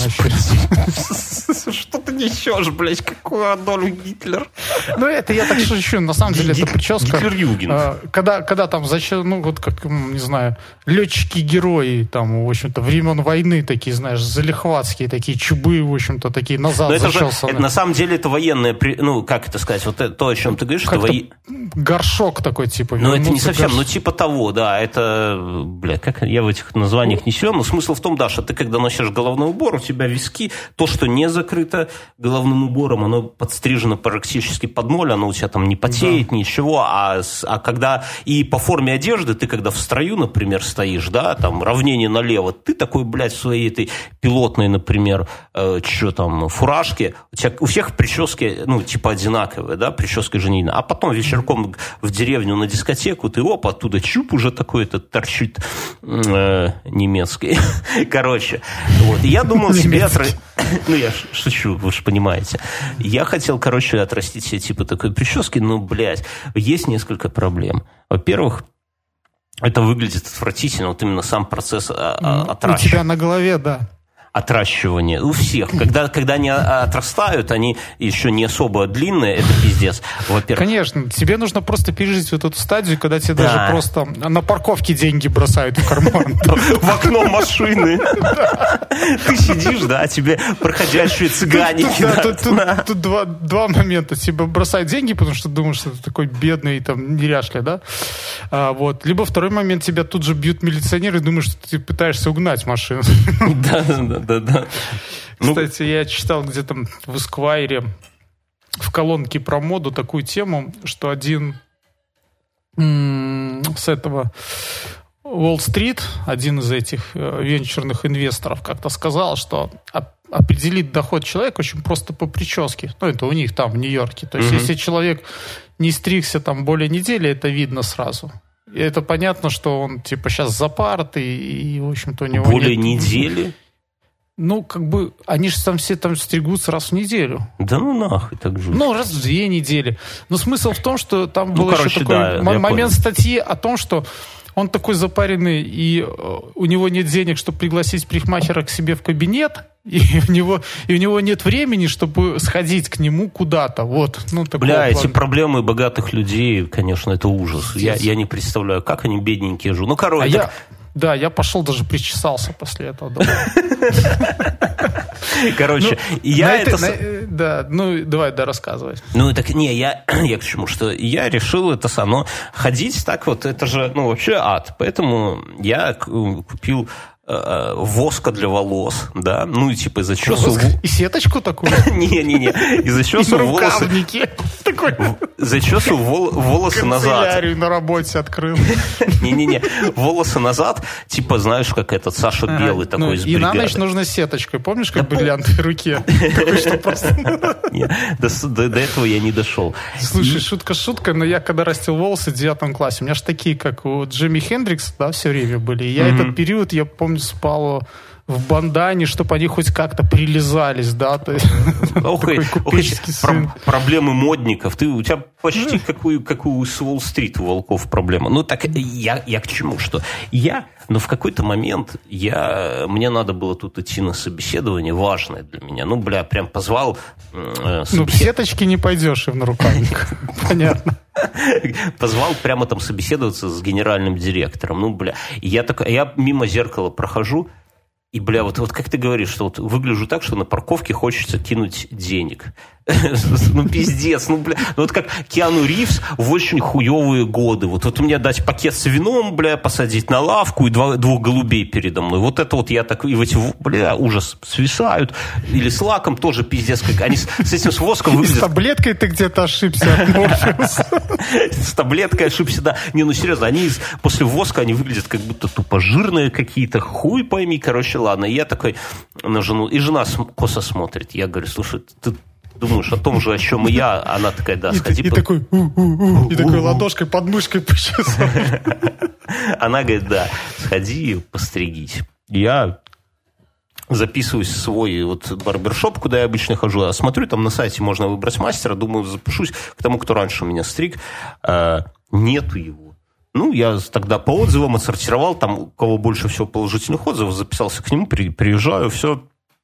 B: Что ты несешь, блядь, какой Адольф Гитлер?
A: Ну, это я так шучу, на самом деле, это прическа...
B: Гитлер-Югенд.
A: Когда, когда там, зачем, ну, вот как, не знаю, летчики-герои, там, в общем-то, времен войны такие, знаешь, залихватские, такие чубы, в общем-то, такие назад зачесаны.
B: На самом деле это военное, ну, как это сказать, вот это, то, о чем ты говоришь, это военное...
A: Горшок такой, типа.
B: Ну, это не совсем, горш... ну, типа того, да, это, бля, как я в этих названиях не силен, но смысл в том, да, что ты, когда носишь головной убор, у тебя виски, то, что не закрыто головным убором, оно подстрижено практически под ноль, оно у тебя там не потеет, да. Ничего, а, а когда и по форме одежды, ты когда в строю, например, стоишь, да, там, равнение налево, ты такой, блядь, в своей этой пилотной, например, э, что там, фуражке, у, тебя, у всех прически, ну, типа одинаковые, да, прическа женина, а потом вечерком в деревню на дискотеку, ты, оп, оттуда чуб уже такой-то торчит э, немецкий. Короче, вот, и я думал себе... Отра... Ну, я шучу, вы же понимаете. Я хотел, короче, отрастить себе типа такой прически, но, блядь, есть несколько проблем. Во-первых, это выглядит отвратительно, вот именно сам процесс отращивания.
A: У тебя на голове, да.
B: Отращивание. У всех. Когда, когда они отрастают, они еще не особо длинные, это пиздец. Во-первых.
A: Конечно. Тебе нужно просто пережить вот эту стадию, когда тебе да. даже просто на парковке деньги бросают в карман.
B: В окно машины. Ты сидишь, да, тебе проходящие цыганики.
A: Тут два момента. Тебе бросают деньги, потому что думаешь, что ты такой бедный, там, неряшля, да? Вот. Либо второй момент, тебя тут же бьют милиционеры и думаешь, что ты пытаешься угнать машину.
B: Да, да. Да-да.
A: Кстати, ну... я читал где-то в Esquire в колонке про моду такую тему, что один м- с этого Уолл-стрит, один из этих э, венчурных инвесторов, как-то сказал, что от, определить доход человека очень просто по прическе. Ну, это у них там в Нью-Йорке. То есть, mm-hmm. если человек не стригся там более недели, это видно сразу. И это понятно, что он типа сейчас за партой, и, и в общем-то, у него
B: более
A: нет...
B: недели?
A: Ну, как бы, они же там все там стригутся раз в неделю.
B: Да ну нахуй так же.
A: Ну, раз в две недели. Но смысл в том, что там был ну, еще короче, такой да, м- момент понял. Статьи о том, что он такой запаренный, и у него нет денег, чтобы пригласить парикмахера к себе в кабинет, и у него, и у него нет времени, чтобы сходить к нему куда-то. Вот. Ну,
B: бля, эти плана. Проблемы богатых людей, конечно, это ужас. Я, я не представляю, как они бедненькие живут. Ну, короче... А
A: так... я... Да, я пошел, даже причесался после этого.
B: Короче, я это...
A: Да, ну, давай, да, рассказывай.
B: Ну, так, не, я, я к чему, что я решил это само ходить так вот, это же, ну, вообще ад. Поэтому я купил воска для волос, да, ну, и типа зачесывал...
A: И сеточку такую?
B: Не-не-не, и зачесывал волосы...
A: Такой.
B: Зачесывал волосы назад.
A: Канцелярию на работе открыл.
B: Не-не-не, волосы назад, типа, знаешь, как этот Саша Белый такой из бригады.
A: И на ночь нужно сеточкой, помнишь, как бриллианты в руке?
B: До этого я не дошел.
A: Слушай, шутка шутка, но я когда растил волосы в девятом классе, у меня же такие, как у Джимми Хендрикса, да, все время были. И я этот период, я помню, спал в бандане, чтобы они хоть как-то прилизались, да, то есть
B: ох, про- проблемы модников. Ты, у тебя почти как у, как у Уолл-стрит у волков проблема. Ну, так я, я к чему? Что я, но в какой-то момент я, мне надо было тут идти на собеседование, важное для меня. Ну, бля, прям позвал...
A: Э, собесед... Ну, в сеточке не пойдешь и в нарукавник. Понятно.
B: Позвал прямо там собеседоваться с генеральным директором. Ну, бля, я, так, я мимо зеркала прохожу, и, бля, вот, вот как ты говоришь, что вот выгляжу так, что на парковке хочется кинуть денег. Ну, пиздец. Ну, бля, ну, вот как Киану Ривз в очень хуевые годы. Вот, вот у меня дать пакет с вином, бля, посадить на лавку и два, двух голубей передо мной. Вот это вот я так... И в эти, бля, ужас, свисают. Или с лаком тоже пиздец. Как они с, с этим, с воском выглядят...
A: С таблеткой ты где-то ошибся от Морфеуса.
B: С таблеткой ошибся, да. Не, ну, серьезно, они после воска, они выглядят как будто тупо жирные какие-то. Хуй пойми, короче, ладно. И я такой на жену... И жена косо смотрит. Я говорю, слушай, ты... думаешь о том же, о чем и я, она такая, да, сходи...
A: И, и такой, и такой ладошкой под мышкой почесал.
B: Она говорит, да, сходи постригись. Я записываюсь в свой вот барбершоп, куда я обычно хожу, а смотрю, там на сайте можно выбрать мастера, думаю, запишусь к тому, кто раньше меня стриг. А, нету его. Ну, я тогда по отзывам отсортировал, там у кого больше всего положительных отзывов, записался к нему, при, приезжаю, все...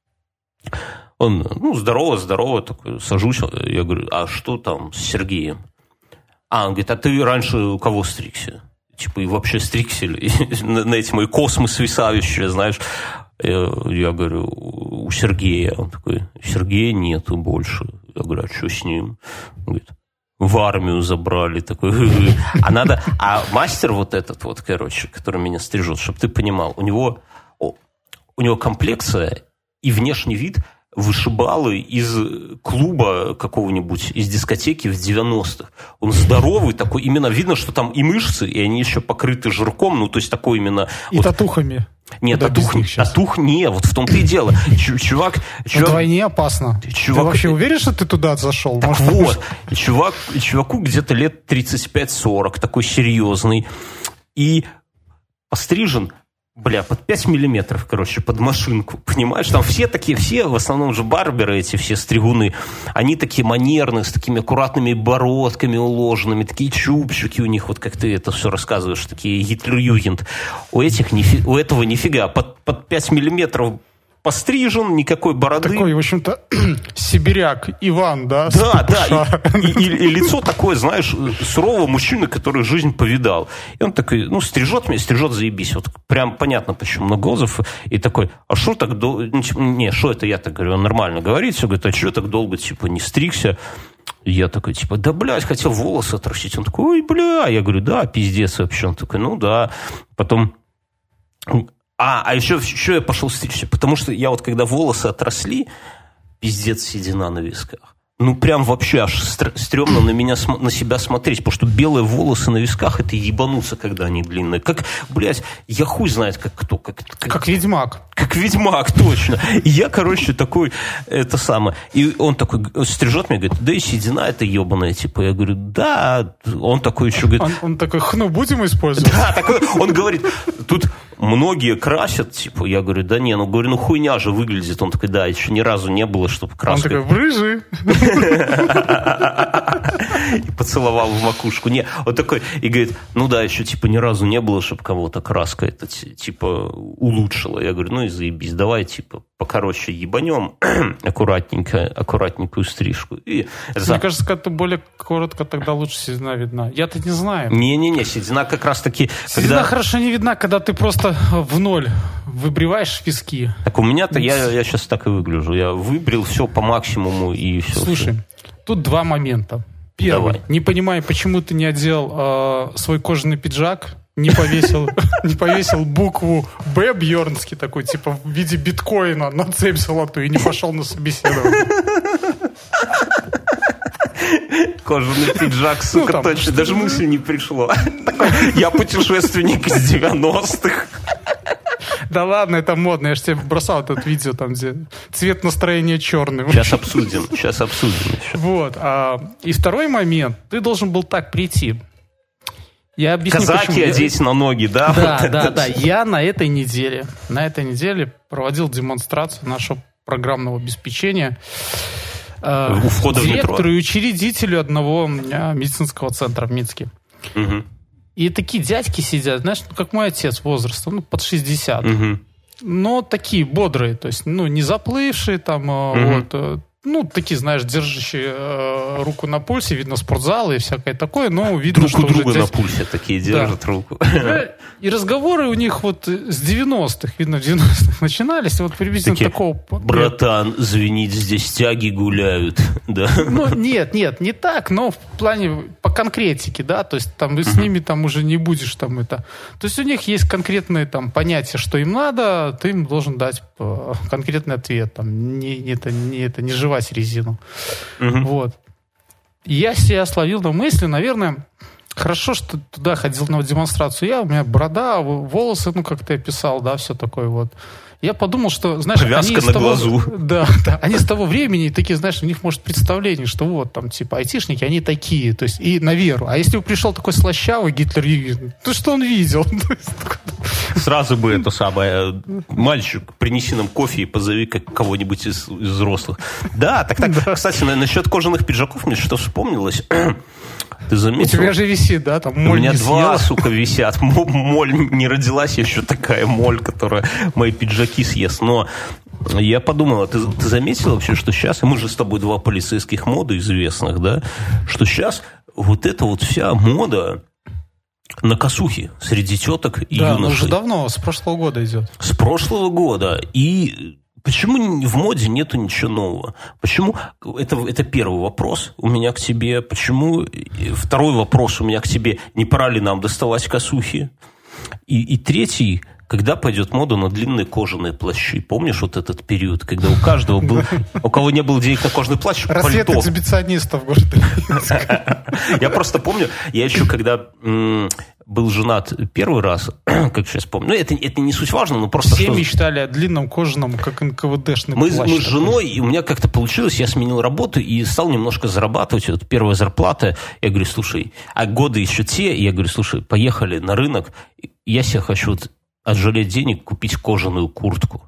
B: Он, ну, здорово, здорово, такой, сажусь, я говорю, а что там с Сергеем? А, он говорит, а ты раньше у кого стригся? Типа, и вообще стригся ли? на, на эти мои космы свисающие, знаешь. Я, я говорю, у Сергея. Он такой, Сергея нету больше. Я говорю, а что с ним? Он говорит, в армию забрали. Такой, а надо, а мастер вот этот вот, короче, который меня стрижет, чтобы ты понимал, у него, у него комплекция и внешний вид вышибалы из клуба какого-нибудь, из дискотеки в девяностых. Он здоровый такой, именно видно, что там и мышцы, и они еще покрыты жирком, ну, то есть такой именно...
A: И вот, татухами.
B: Нет, татух, татух не, вот в том-то и дело. Ч- чувак... чувак
A: вдвойне опасно.
B: Чувак,
A: ты вообще уверен, что ты туда зашел?
B: Так может, вот, чувак, чуваку где-то лет тридцать пять сорок, такой серьезный, и пострижен... Бля, под пять миллиметров, короче, под машинку, понимаешь? Там все такие, все, в основном же барберы эти, все стригуны, они такие манерные, с такими аккуратными бородками уложенными, такие чубчики у них, вот как ты это все рассказываешь, такие Гитлер-Югент. У этих, у этого нифига, под, под пять миллиметров пострижен, никакой бороды.
A: Такой, в общем-то, сибиряк Иван, да?
B: Да, да. И, и, и лицо такое, знаешь, сурового мужчины, который жизнь повидал. И он такой, ну, стрижет меня, стрижет, заебись. Вот прям понятно, почему много отзывов. И такой, а что так долго... Не, что это я так говорю? Он нормально говорит, все говорит, а что так долго, типа, не стригся? И я такой, типа, да, блядь, хотел волосы отрастить. Он такой, ой, бля. Я говорю, да, пиздец вообще. Он такой, ну, да. Потом... А, а еще, еще я пошел стричься, потому что я вот, когда волосы отросли, пиздец, седина на висках. Ну, прям вообще аж стрёмно на меня, на себя смотреть, потому что белые волосы на висках, это ебануться, когда они длинные. Как, блядь, я хуй знает, как кто. Как,
A: как, как ведьмак.
B: Как ведьмак, точно. И я, короче, такой, это самое. И он такой стрижет меня, говорит, да и седина это ебаная, типа. Я говорю, да. Он такой еще говорит...
A: Он, он такой, хну будем использовать?
B: Да, такой, он говорит, тут... Многие красят, типа, я говорю, да не, ну, говорю, ну, хуйня же выглядит. Он такой, да, еще ни разу не было, чтобы краска...
A: Он такой, в рыжий.
B: И поцеловал в макушку. Не, он такой, и говорит, ну да, еще, типа, ни разу не было, чтобы кого-то краска это, типа, улучшила. Я говорю, ну и заебись, давай, типа, покороче ебанем, аккуратненько, аккуратненькую стрижку. И
A: Мне кажется, как-то более коротко тогда лучше седина видна. Я-то не знаю.
B: Не-не-не, седина как раз-таки...
A: Седина когда... хорошо не видна, когда ты просто просто в ноль выбриваешь виски.
B: Так у меня-то, я, я сейчас так и выгляжу. Я выбрил все по максимуму и все.
A: Слушай,
B: все.
A: тут два момента. Первый. Давай. Не понимаю, почему ты не одел э, свой кожаный пиджак, не повесил, не повесил букву Б бьернский такой, типа в виде биткоина на цепь золотую и не пошел на собеседование.
B: Кожаный пиджак, сука, ну, точно. Даже мысли не пришло. Такой, я путешественник из девяностых.
A: Да ладно, это модно. Я же тебе бросал это видео, там, где цвет настроения черный.
B: Сейчас обсудим, сейчас обсудим еще.
A: Вот. А, и второй момент. Ты должен был так прийти. Я объясню,
B: казаки
A: почему.
B: одеть на ноги, да?
A: Да,
B: вот
A: да,
B: это.
A: да. Я на этой неделе, на этой неделе проводил демонстрацию нашего программного обеспечения
B: у входа в метро.
A: Директору и учредителю одного медицинского центра в Минске.
B: Угу.
A: И такие дядьки сидят, знаешь, ну, как мой отец возрастом, ну, под шестьдесят.
B: Угу.
A: Но такие бодрые, то есть, ну, не заплывшие там, угу. вот, ну, такие, знаешь, держащие э, руку на пульсе, видно, спортзалы и всякое такое, но видно,
B: друг
A: что
B: у друга
A: уже
B: на пульсе такие держат да. руку.
A: И разговоры у них вот с девяностых, видно, в девяностых начинались, вот приблизительно такие, такого...
B: Братан, звенить, здесь тяги гуляют, да?
A: Ну, нет, нет, не так, но в плане по конкретике, да, то есть там с ними там уже не будешь там это... То есть у них есть конкретные там понятия, что им надо, ты им должен дать конкретный ответ, там, не, это, не, это, не жевать резину. Uh-huh. Вот. И я себя словил на мысли, наверное, хорошо, что туда ходил на демонстрацию. Я, у меня борода, волосы, ну, как ты описал, да, все такое вот. Я подумал, что, знаешь,
B: повязка
A: они
B: на
A: того,
B: глазу.
A: Да, да, они с того времени такие, знаешь, у них может представление, что вот там, типа, айтишники, они такие, то есть, и на веру. А если бы пришел такой слащавый Гитлер, то что он видел?
B: Сразу бы это самое, мальчик, принеси нам кофе и позови как кого-нибудь из, из взрослых. Да, так так. Да. Кстати, насчет кожаных пиджаков мне что вспомнилось. Ты заметил?
A: У тебя же висит, да? Там моль
B: У меня
A: не
B: два,
A: съела.
B: сука, висят. Моль не родилась еще такая моль, которая мои пиджаки съест. Но я подумал, ты, ты заметил вообще, что сейчас, мы же с тобой два полицейских моды известных, да, что сейчас вот эта вот вся мода на косухи среди теток и
A: да,
B: юношей.
A: Да, уже давно, с прошлого года идет.
B: С прошлого года. И... Почему в моде нету ничего нового? Почему? Это, это первый вопрос у меня к тебе. Почему? Второй вопрос у меня к тебе. Не пора ли нам доставать косухи? И, и третий, когда пойдет мода на длинные кожаные плащи? Помнишь вот этот период, когда у каждого был... У кого не было денег на кожаный плащ, пальто.
A: Рассвет экзибиционистов в городе.
B: Я просто помню, я еще когда... был женат первый раз, как сейчас помню. Ну, это, это не суть важно, но просто...
A: Все
B: что...
A: мечтали о длинном кожаном, как эн ка вэ дэшный
B: мы,
A: плащ.
B: Мы с женой, и у меня как-то получилось, я сменил работу и стал немножко зарабатывать. Вот первая зарплата, я говорю, слушай, а годы еще те, и я говорю, слушай, поехали на рынок, я себе хочу вот отжалеть денег, купить кожаную куртку.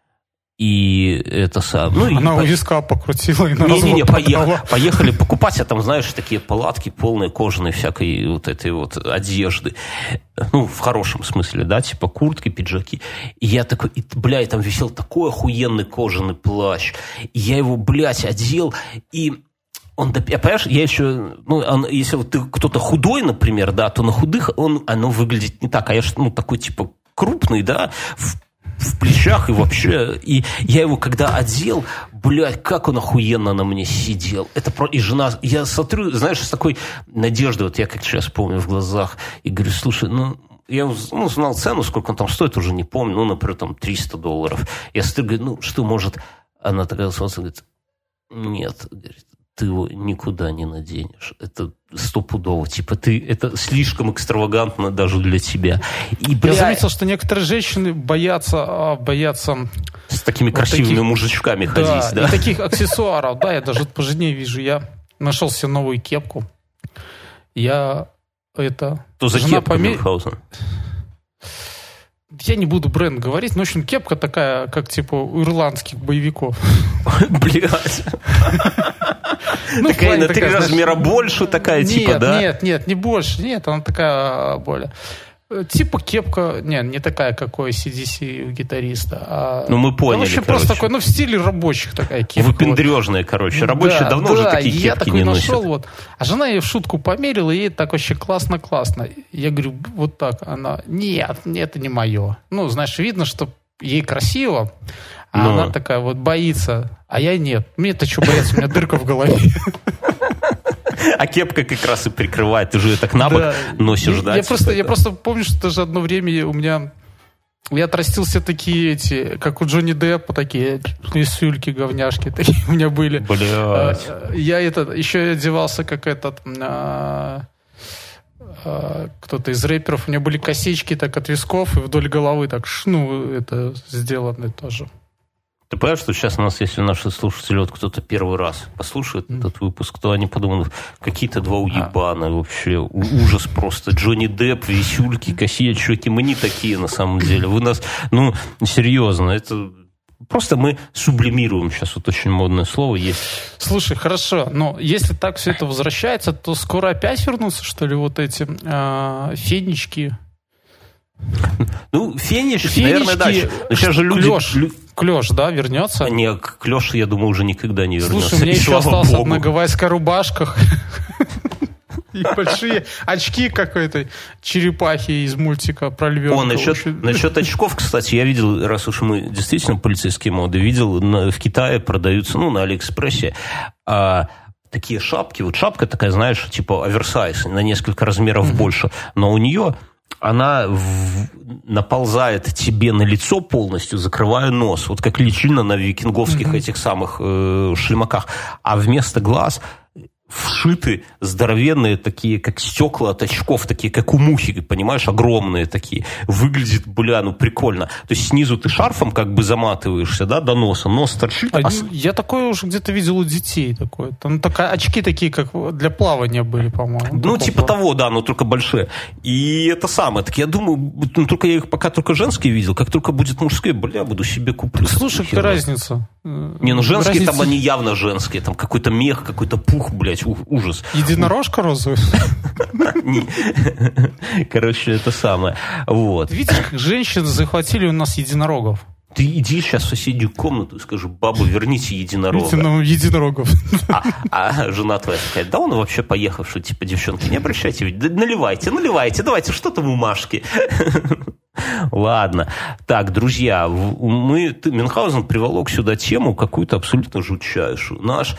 B: И это сам... Ну,
A: она
B: и
A: у виска покрутила и на
B: Не-не-не,
A: развод
B: поехали, поехали покупать, а там, знаешь, такие палатки полные кожаной всякой вот этой вот одежды. Ну, в хорошем смысле, да, типа куртки, пиджаки. И я такой, и, бля, и там висел такой охуенный кожаный плащ. И я его, блядь, одел, и... Он, понимаешь, я еще, ну, он, если вот ты кто-то худой, например, да, то на худых он, оно выглядит не так. А я же, ну, такой, типа, крупный, да, в в плечах и вообще. И я его когда одел, блядь, как он охуенно на мне сидел. Это про... И жена... Я смотрю, знаешь, с такой надеждой, вот я как сейчас помню в глазах, и говорю, слушай, ну, я ну, знал цену, сколько он там стоит, уже не помню, ну, например, там триста долларов. Я смотрю, говорю, ну, что может... Она такая смотрит, говорит, нет, говорит, ты его никуда не наденешь. Это стопудово. Типа, ты, это слишком экстравагантно даже для тебя. И, бля...
A: Я заметил, что некоторые женщины боятся... боятся
B: с такими вот красивыми таких... мужичками да, ходить. Да,
A: и таких аксессуаров. Да, я даже по жене вижу. Я нашел себе новую кепку. Я это...
B: Что за кепка Мюнхгаузен?
A: Я не буду бренд говорить, но, в общем, кепка такая, как, типа, у ирландских боевиков.
B: Блядь. Ну, такая на три размера больше, такая, типа, да?
A: Нет, нет, не больше. Нет, она такая более... Типа кепка, не, не такая, как у эй си ди си у гитариста. А,
B: ну, мы поняли,
A: ну, в общем,
B: короче.
A: просто такой, ну, в стиле рабочих такая кепка.
B: Выпендрежная, вот. Короче. Рабочие да, давно да, уже такие кепки
A: я такой
B: не
A: нашел,
B: носят.
A: Вот. А жена ее в шутку померила, и ей так вообще классно-классно. Я говорю, вот так. Она, нет, это не мое. Ну, знаешь, видно, что ей красиво, а Но. она такая вот боится. А я нет. Мне-то что бояться, у меня дырка в голове.
B: А кепка как раз и прикрывает. Ты же ее так на бок да. носишь, да?
A: Я просто, я просто помню, что даже одно время у меня... Я отрастил все такие эти, как у Джонни Деппа, такие писюльки, говняшки такие у меня были.
B: Блядь.
A: Я это, еще одевался как этот... А, а, кто-то из рэперов. У меня были косички так от висков и вдоль головы так, ну, это сделаны тоже.
B: Ты понимаешь, что сейчас у нас, если наши слушатели, вот кто-то первый раз послушает mm. этот выпуск, то они подумают, какие-то два уебана, а. вообще ужас просто. Джонни Депп, висюльки, косички, мы не такие на самом деле. Вы нас, ну, серьезно, это... Просто мы сублимируем, сейчас вот очень модное слово есть.
A: Слушай, хорошо, но если так все это возвращается, то скоро опять вернутся, что ли, вот эти э, фенечки?
B: Ну, фенечки, фенечки, наверное, дальше. Но сейчас же люди...
A: Клёш, клёш, да, вернется?
B: Не, клёш, я думаю, уже никогда не вернется.
A: Слушай, у меня еще осталась одна гавайская рубашка и большие очки какой-то черепахи из мультика про львенка.
B: О, насчет, насчет очков, кстати, я видел, раз уж мы действительно полицейские моды, видел, в Китае продаются, ну, на Алиэкспрессе, а, такие шапки. Вот шапка такая, знаешь, типа оверсайз, на несколько размеров mm-hmm. больше, но у нее... она в... наползает тебе на лицо полностью, закрывая нос. Вот как личина на викинговских mm-hmm. этих самых э, шлемаках. А вместо глаз вшиты здоровенные такие, как стекла от очков, такие, как у мухи, понимаешь, огромные такие. Выглядит, бля, ну прикольно. То есть снизу ты шарфом как бы заматываешься, да, до носа, нос торчит.
A: А, а... Я такое уже где-то видел у детей такое. Там такая, очки такие, как для плавания были, по-моему.
B: Ну, типа плавания. Того, да, но только большие. И это самое. Так я думаю, ну, только я их пока только женские видел, как только будет мужские, бля, буду себе куплю.
A: Слушай, какая разница?
B: Не, ну женские разница... там они явно женские, там какой-то мех, какой-то пух, блядь, ужас.
A: Единорожка розовая?
B: Короче, это самое. Вот.
A: Видишь, как женщины захватили у нас единорогов.
B: Ты иди сейчас в соседнюю комнату и скажи, баба, верните единорога.
A: Видите, ну, единорогов.
B: А, а жена твоя такая, да он вообще поехавший, типа, девчонки, не обращайте, да, наливайте, наливайте, давайте, что там у Машки? Ладно. Так, друзья, мы, ты, Мюнхгаузен приволок сюда тему какую-то абсолютно жутчайшую. Наш,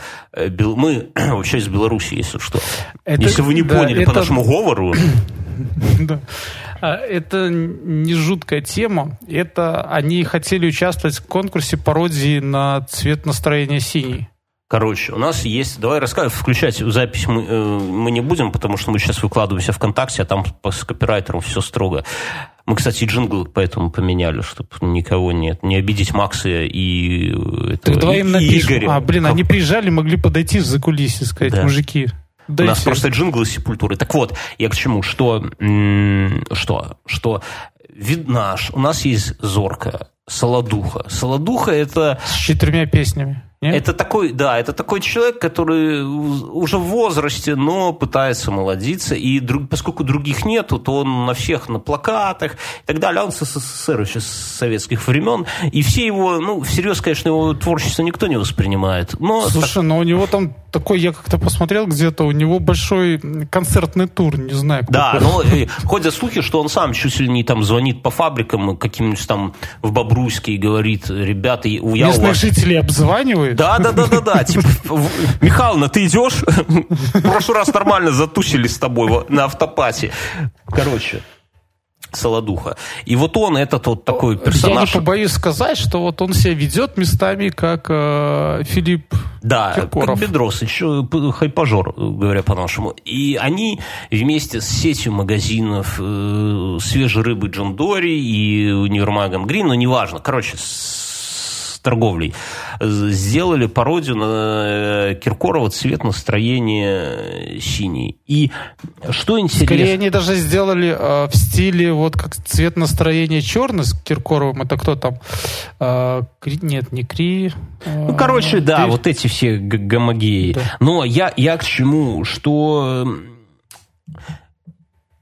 B: мы вообще из Беларуси, если что. Это, если вы не да, поняли это... по нашему говору...
A: Да. Это не жуткая тема. Это они хотели участвовать в конкурсе пародии на цвет настроения синий.
B: Короче, у нас есть... Давай рассказывай, включать запись мы, э, мы не будем, потому что мы сейчас выкладываемся ВКонтакте, а там с копирайтером все строго. Мы, кстати, джингл поэтому поменяли, чтобы никого не, не обидеть Макса и, этого,
A: так давай им напишем.
B: Игоря.
A: А, блин, они приезжали, могли подойти за кулисы, сказать, да. Мужики...
B: Да у нас просто джинглы сепультуры. Так вот, я к чему? Что, что, что видна, у нас есть зоркая, солодуха. Солодуха это...
A: С четырьмя песнями. Нет?
B: Это такой, да, это такой человек, который уже в возрасте, но пытается молодиться, и друг, поскольку других нету, то он на всех, на плакатах и так далее, он с СССР еще с советских времен, и все его, ну, всерьез, конечно, его творчество никто не воспринимает. Но
A: слушай, так... но у него там такой, я как-то посмотрел где-то, у него большой концертный тур, не знаю.
B: Да, но ходят слухи, что он сам чуть ли не там звонит по фабрикам каким-нибудь там в Бобруйске и говорит, ребята, я у вас...
A: Местных жителей обзванивает?
B: Да, да, да, да, да. Типа, Михайловна, ты идешь? В прошлый раз нормально затусили с тобой на автопате. Короче, солодуха. И вот он, этот вот такой персонаж...
A: Я не побоюсь сказать, что вот он себя ведет местами, как э, Филипп
B: да,
A: Киркоров.
B: Как Бедросович, хайпажор, говоря по-нашему. И они вместе с сетью магазинов э, свежей рыбы Джон Дори и универмагом Грин, ну, неважно, короче, с торговлей, сделали пародию на Киркорова «Цвет настроения синий». И что интересно...
A: Скорее, они даже сделали э, в стиле вот как «Цвет настроения черный» с Киркоровым. Это кто там? Э, Кри... Нет, не Кри...
B: Э, ну, короче, да, Кри... вот эти все гомогеи. Да. Но я, я к чему? Что...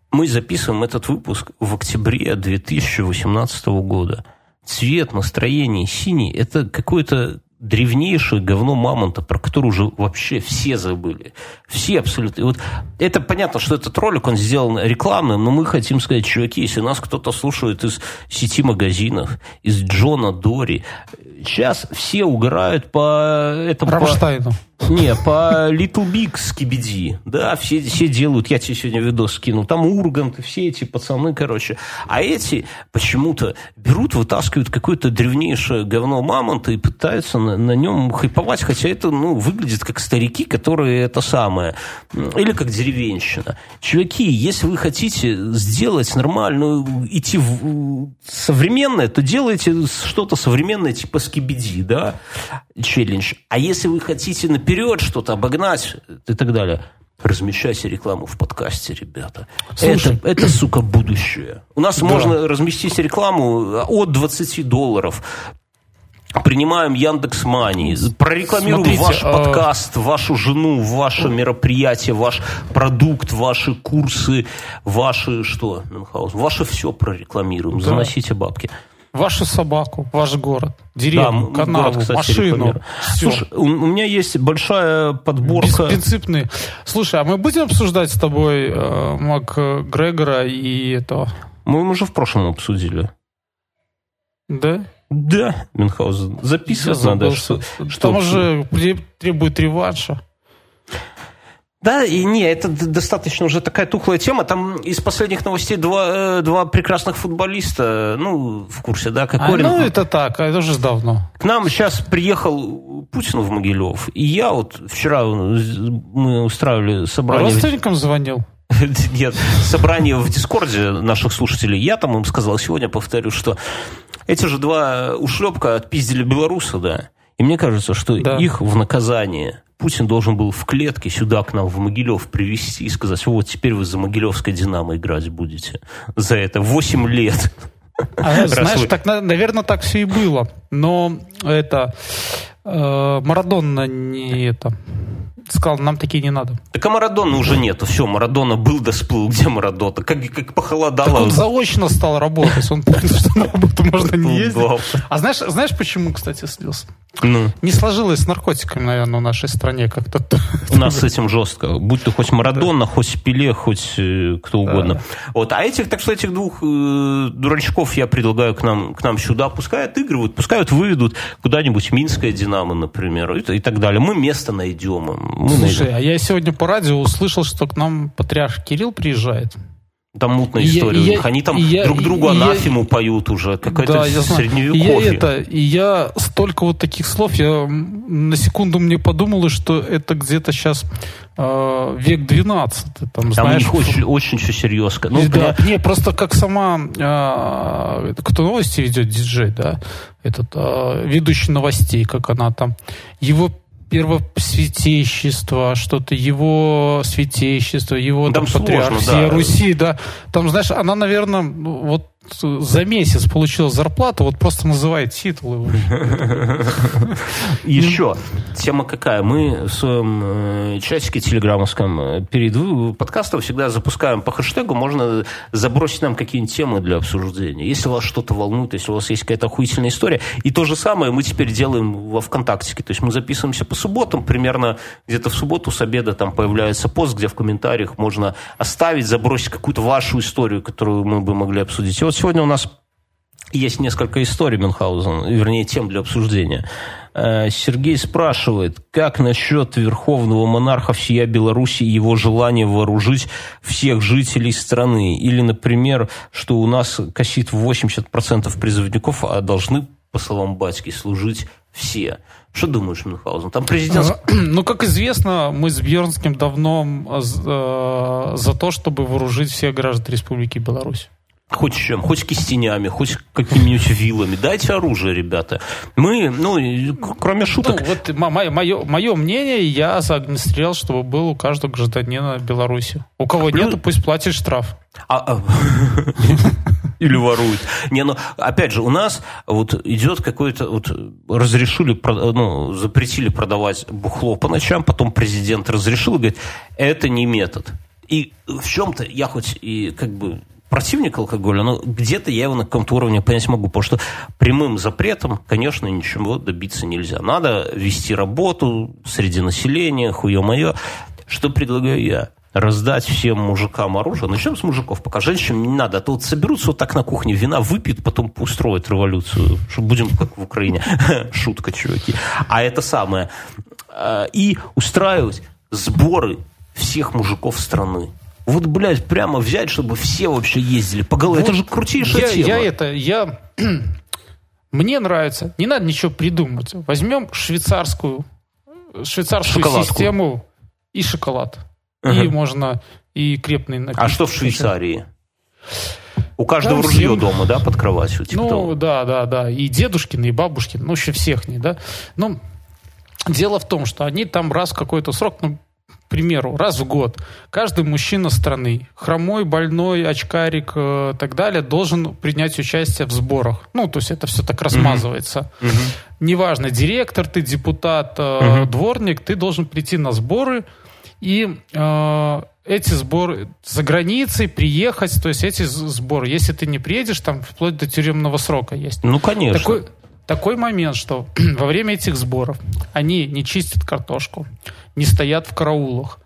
B: Мы записываем этот выпуск в октябре две тысячи восемнадцатого года. Цвет, настроение синий – это какое-то древнейшее говно мамонта, про которое уже вообще все забыли. Все абсолютно. И вот это понятно, что этот ролик, он сделан рекламным, но мы хотим сказать, чуваки, если нас кто-то слушает из сети магазинов, из Джона Дори, сейчас все угорают по этому...
A: Рамштайну.
B: По... Не, по Little Big Skibidi. Да, все, все делают. Я тебе сегодня видос скинул. Там Ургант, все эти пацаны, короче. А эти почему-то берут, вытаскивают какое-то древнейшее говно мамонта и пытаются на, на нем хайповать, хотя это, ну, выглядит как старики, которые это самое. Или как деревенщина. Чуваки, если вы хотите сделать нормальную, идти в современное, то делайте что-то современное, типа Skibidi, да, челлендж. А если вы хотите наперед что-то обогнать и так далее, размещайте рекламу в подкасте, ребята. Это, это, сука, будущее. У нас да. можно разместить рекламу от двадцати долларов. Принимаем Яндекс.Мани, прорекламируем Смотрите, ваш а... подкаст, вашу жену, ваше мероприятие, ваш продукт, ваши курсы, ваши что, Мюнхгаузен, ваше все прорекламируем, да. заносите бабки.
A: Вашу собаку, ваш город, деревню, да, канаву, город, кстати, машину.
B: Слушай, у, у меня есть большая подборка...
A: Беспринципные. Слушай, а мы будем обсуждать с тобой э, Макгрегора и этого?
B: Мы уже в прошлом обсудили.
A: Да?
B: Да, Мюнхгаузен. Записывать надо. Что,
A: что там уже требует реванша.
B: Да, и не, это достаточно уже такая тухлая тема. Там из последних новостей два, два прекрасных футболиста, ну, в курсе, да, Кокорин.
A: А, ну, это так, это уже давно.
B: К нам сейчас приехал Путин в Могилев, и я вот вчера мы устраивали собрание...
A: Родственникам звонил?
B: Нет, собрание в Дискорде наших слушателей. Я там им сказал, сегодня повторю, что эти же два ушлепка отпиздили белоруса, да, и мне кажется, что да. их в наказание... Путин должен был в клетке сюда к нам в Могилев привезти и сказать, вот теперь вы за Могилевское «Динамо» играть будете. За это восемь лет.
A: А, знаешь, вы... так, наверное, так все и было. Но это э, Марадона не это... Сказал, нам такие не надо.
B: Так а Марадона уже нету. Все, Марадона был да сплыл. Где Марадона? Как, как похолодало.
A: Так он заочно стал работать. Он понял, что на работу можно не ездить. А знаешь, знаешь, почему, кстати, слился? Ну. Не сложилось с наркотиками, наверное, в нашей стране как-то.
B: У нас с этим жестко. Будь то хоть Марадона, да. хоть Пеле, хоть кто угодно. Да. Вот. А этих, так что этих двух э, дурачков я предлагаю к нам, к нам сюда. Пускай отыгрывают, пускай вот выведут куда-нибудь Минское «Динамо», например, и, и так далее. Мы место найдем им. Мы
A: Слушай,
B: найдем.
A: А я сегодня по радио услышал, что к нам патриарх Кирилл приезжает.
B: Там мутная история.
A: Я,
B: Они там
A: я,
B: друг другу
A: я,
B: анафему я, поют уже. Какое-то
A: да,
B: средневековье.
A: Я, это, и я столько вот таких слов, я на секунду мне подумал, что это где-то сейчас э, век двенадцатый. Там,
B: там
A: знаешь,
B: у них очень, очень все серьезно.
A: Ну, да, не, просто как сама... Э, кто новости ведет, диджей, да? Этот э, ведущий новостей, как она там... Его... Первосвятейшество, что-то его святейшество, его
B: там
A: там, патриархия да. Руси, да. Там, знаешь, она, наверное, вот за месяц получила зарплату, вот просто называет титулы.
B: Еще тема какая? Мы в своем чатике телеграммовском перед подкастом всегда запускаем по хэштегу, можно забросить нам какие-нибудь темы для обсуждения. Если вас что-то волнует, если у вас есть какая-то охуительная история. И то же самое мы теперь делаем во ВКонтактике. То есть мы записываемся по субботам, примерно где-то в субботу с обеда там появляется пост, где в комментариях можно оставить, забросить какую-то вашу историю, которую мы бы могли обсудить. И вот сегодня у нас есть несколько историй, Мюнхгаузен, вернее, тем для обсуждения. Сергей спрашивает, как насчет верховного монарха всея Беларуси и его желания вооружить всех жителей страны? Или, например, что у нас косит восемьдесят процентов призывников, а должны, по словам батьки, служить все. Что думаешь, Мюнхгаузен? Там президент...
A: Ну, как известно, мы с Бьернским давно э, за то, чтобы вооружить всех граждан Республики Беларусь.
B: Хоть чем, хоть кистенями, хоть какими-нибудь вилами. Дайте оружие, ребята. Мы, ну, кроме шуток...
A: Ну, вот мое, мое, мое мнение, я за огнестрел, чтобы был у каждого гражданина Беларуси. У кого Плюс... нету, пусть платит штраф. А,
B: или воруют. Не, ну, опять же, у нас вот идет какой-то... Вот разрешили, ну, запретили продавать бухло по ночам, потом президент разрешил и говорит, это не метод. И в чем-то я хоть и как бы противник алкоголя, но где-то я его на каком-то уровне понять могу, потому что прямым запретом, конечно, ничего добиться нельзя. Надо вести работу среди населения, хуе-мое. Что предлагаю я? Раздать всем мужикам оружие. Начнем с мужиков, пока женщинам не надо. А то вот соберутся вот так на кухне, вина выпьют, потом устроят революцию. Что будем как в Украине. Шутка, чуваки. А это самое. И устраивать сборы всех мужиков страны. Вот, блядь, прямо взять, чтобы все вообще ездили по голове. Вот это же крутейшая
A: я,
B: тема.
A: Я это, я... Мне нравится. Не надо ничего придумывать. Возьмем швейцарскую, швейцарскую
B: шоколадку.
A: Систему и шоколад. Uh-huh. И можно и крепный напиток.
B: А что в Швейцарии? У каждого да, ружье всем... дома, да, под кроватью? Типа
A: ну,
B: того.
A: да, да, да. И дедушкины, и бабушкины. Ну, вообще всех не, да. Но дело в том, что они там раз в какой-то срок, ну, к примеру, раз в год, каждый мужчина страны, хромой, больной, очкарик и э, так далее, должен принять участие в сборах. Ну, то есть это все так размазывается. Uh-huh. Uh-huh. Неважно, директор ты, депутат, э, uh-huh. дворник, ты должен прийти на сборы. И э, эти сборы за границей приехать, то есть эти сборы, если ты не приедешь, там вплоть до тюремного срока есть.
B: Ну, конечно.
A: Такой, такой момент, что во время этих сборов они не чистят картошку, не стоят в караулах,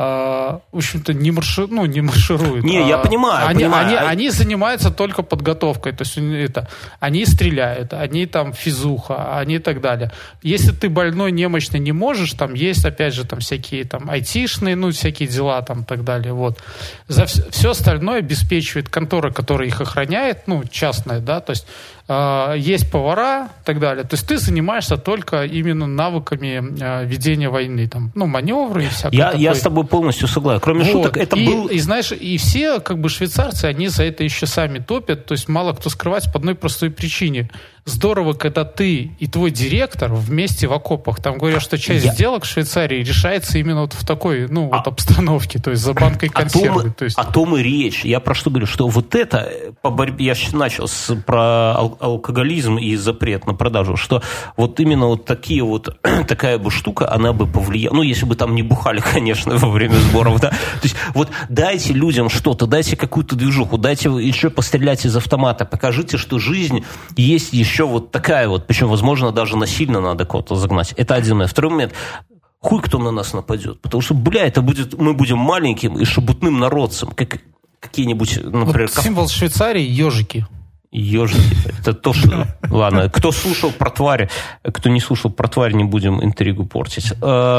A: а, в общем-то, не, марши, ну, не маршируют.
B: Не, а, я понимаю.
A: Они,
B: понимаю.
A: Они, они занимаются только подготовкой. То есть это, они стреляют, они там физуха, они и так далее. Если ты больной, немощный, не можешь, там есть, опять же, там всякие там айтишные, ну, всякие дела там и так далее. Вот. За все, все остальное обеспечивает контора, которая их охраняет, ну, частная, да, то есть э, есть повара и так далее. То есть ты занимаешься только именно навыками э, ведения войны, там, ну, маневры и всякое
B: я,
A: такое.
B: Я с тобой полностью согласен. Кроме вот. шуток, это
A: и,
B: был...
A: И, знаешь, и все, как бы, швейцарцы, они за это еще сами топят. То есть мало кто скрывается по одной простой причине. Здорово, когда ты и твой директор вместе в окопах. Там говорят, что часть я... сделок в Швейцарии решается именно вот в такой, ну, вот а... обстановке, то есть за банкой консервы.
B: О том,
A: то есть...
B: о том и речь. Я про что говорю, что вот это по борьбе... Я начал с, про ал- алкоголизм и запрет на продажу, что вот именно вот такие вот, такая бы штука, она бы повлияла. Ну, если бы там не бухали, конечно, во время сборов, да. То есть вот дайте людям что-то, дайте какую-то движуху, дайте еще пострелять из автомата, покажите, что жизнь есть еще вот такая вот, причем, возможно, даже насильно надо кого-то загнать. Это один момент. Второй момент. Хуй кто на нас нападет. Потому что, бля, это будет, мы будем маленьким и шебутным народцем, как какие-нибудь, например...
A: Вот символ Швейцарии – ежики.
B: Ежики. Это то, что... Ладно, кто слушал про тварь, кто не слушал про тварь, не будем интригу портить.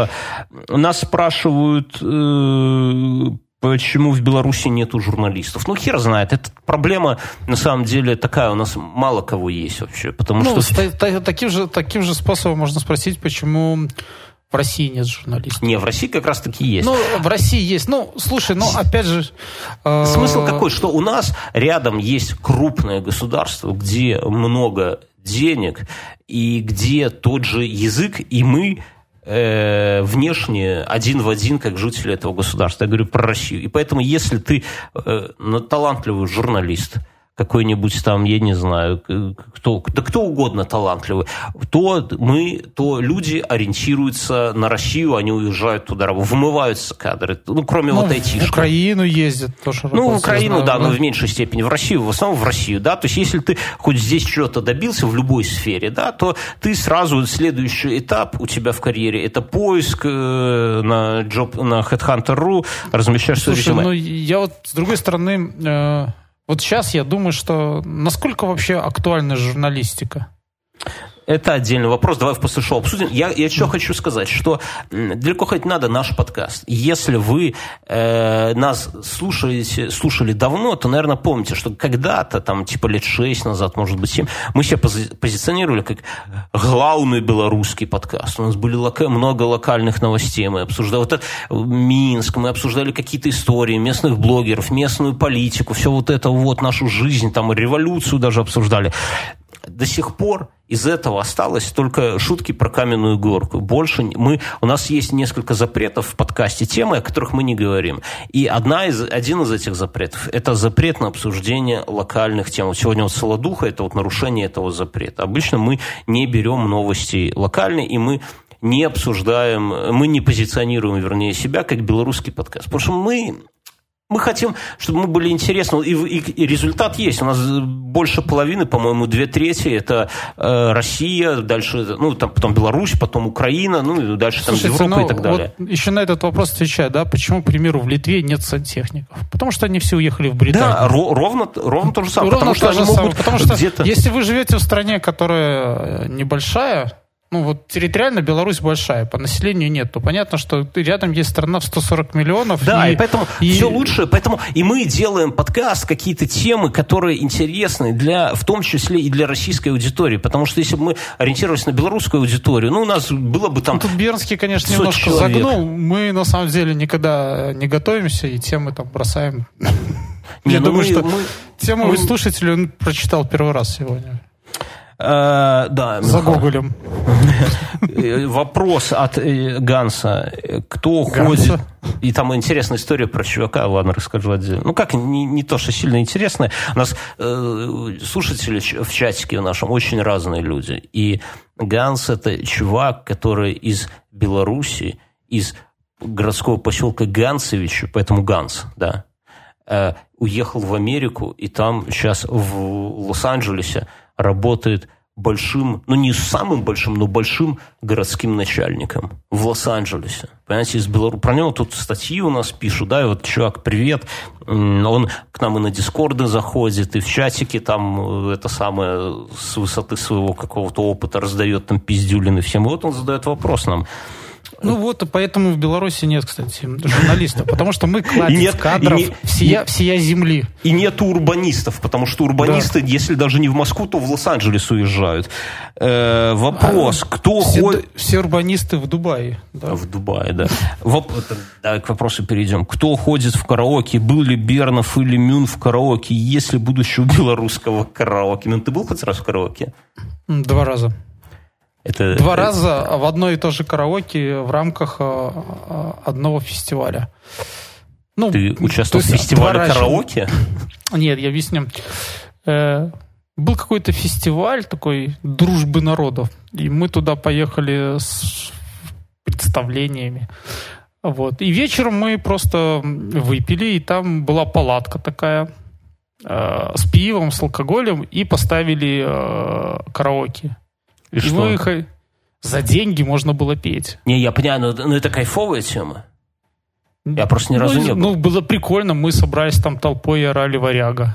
B: Нас спрашивают... Почему в Беларуси нету журналистов? Ну, хер знает. Эта проблема, на самом деле, такая. У нас мало кого есть вообще. Потому
A: ну,
B: что...
A: т- таким, же, таким же способом можно спросить, почему в России нет журналистов.
B: Не, в России как раз-таки есть.
A: Ну, в России есть. Ну, слушай, ну, опять же... Э-
B: Смысл какой? Что у нас рядом есть крупное государство, где много денег, и где тот же язык, и мы... внешне один в один, как жители этого государства. Я говорю про Россию. И поэтому, если ты э, талантливый журналист, какой-нибудь там, я не знаю, кто, да кто угодно талантливый, то мы, то люди ориентируются на Россию, они уезжают туда, вымываются кадры. Ну, кроме ну, вот айтишек.
A: В Украину ездят тоже.
B: Ну, в Украину, знаю, да, да, но в меньшей степени. В Россию, в основном в Россию, да. То есть, если ты хоть здесь чего-то добился в любой сфере, да, то ты сразу, следующий этап у тебя в карьере, это поиск э, на job, на headhunter точка ру, размещаешь свое резюме.
A: Слушай, ну, я вот, с другой стороны... Э... Вот сейчас я думаю, что насколько вообще актуальна журналистика?
B: Это отдельный вопрос. Давай после шоу обсудим. Я, я что хочу сказать, что далеко ходить надо наш подкаст. Если вы э, нас слушаете, слушали давно, то, наверное, помните, что когда-то, там, типа лет шесть назад, может быть, семь, мы себя пози- позиционировали как главный белорусский подкаст. У нас были лока- много локальных новостей. Мы обсуждали вот это, Минск, мы обсуждали какие-то истории местных блогеров, местную политику, все вот это вот, нашу жизнь, там, революцию даже обсуждали. До сих пор из этого осталось только шутки про каменную горку. Больше мы, у нас есть несколько запретов в подкасте, темы, о которых мы не говорим. И одна из, один из этих запретов – это запрет на обсуждение локальных тем. Вот сегодня вот Солодуха – это вот нарушение этого запрета. Обычно мы не берем новости локальные, и мы не обсуждаем, мы не позиционируем, вернее, себя как белорусский подкаст. Потому что мы Мы хотим, чтобы мы были интересны, и, и, и результат есть. У нас больше половины, по-моему, две трети – это э, Россия, дальше, ну, там, потом Беларусь, потом Украина, ну, и дальше там
A: Слушайте,
B: Европа
A: ну,
B: и так далее.
A: Вот еще на этот вопрос отвечаю, да, почему, к примеру, в Литве нет сантехников? Потому что они все уехали в Британию.
B: Да, ро- ровно, ровно то же самое.
A: Ровно
B: потому что,
A: же
B: они
A: самое,
B: могут
A: потому что
B: где-то...
A: если вы живете в стране, которая небольшая, ну вот территориально Беларусь большая, по населению нет, то понятно, что рядом есть страна в сто сорок миллионов.
B: Да, и,
A: и
B: поэтому
A: и...
B: все лучше, поэтому и мы делаем подкаст, какие-то темы, которые интересны для, в том числе и для российской аудитории, потому что если бы мы ориентировались на белорусскую аудиторию, ну, у нас было бы там...
A: Ну, тут Бернский, конечно, немножко человек. загнул, мы на самом деле никогда не готовимся и темы там бросаем.
B: Не,
A: Я
B: ну
A: думаю,
B: мы,
A: что
B: мы,
A: тему
B: мы...
A: слушателю он прочитал первый раз сегодня.
B: А, да,
A: за Гоголем.
B: Вопрос от Ганса. Кто Ганса? ходит... И там интересная история про чувака, ладно, расскажу отдельно. Ну, как, не, не то, что сильно интересная. У нас э, слушатели в чатике в нашем очень разные люди. И Ганс – это чувак, который из Беларуси, из городского поселка Ганцевичи, поэтому Ганс, да, э, уехал в Америку, и там сейчас в Лос-Анджелесе работает большим, ну не самым большим, но большим городским начальником в Лос-Анджелесе. Понимаете, из Беларуси. Про него тут статьи у нас пишут, да, и вот, чувак, привет, он к нам и на Дискорды заходит, и в чатике там это самое с высоты своего какого-то опыта раздает там пиздюлины всем. И вот он задает вопрос нам.
A: Ну вот, и поэтому в Беларуси нет, кстати, журналистов, потому что мы кладем
B: нет,
A: кадров
B: не,
A: всея, всея земли.
B: И нет урбанистов, потому что урбанисты, да. если даже не в Москву, то в Лос-Анджелес уезжают. Э, вопрос, а, кто
A: все,
B: ходит...
A: Все урбанисты в Дубае. Да.
B: В Дубае, да. Воп... Давай к вопросу перейдем. Кто ходит в караоке? Был ли Бернов или Мюн в караоке? Есть ли будущее у белорусского караоке? Мюн, ты был хоть раз в караоке?
A: Два раза.
B: Это...
A: Два раза в одно и то же караоке в рамках одного фестиваля. Ну,
B: ты участвовал в фестивале караоке?
A: Нет, я объясню. Был какой-то фестиваль такой дружбы народов, и мы туда поехали с представлениями. Вот. И вечером мы просто выпили, и там была палатка такая с пивом, с алкоголем, и поставили караоке. И, и что? Их... За деньги можно было петь.
B: Не, я понимаю, но, но это кайфовая тема. Я просто ни разу
A: ну,
B: не был.
A: Ну, было прикольно. Мы собрались там толпой и орали «Варяга».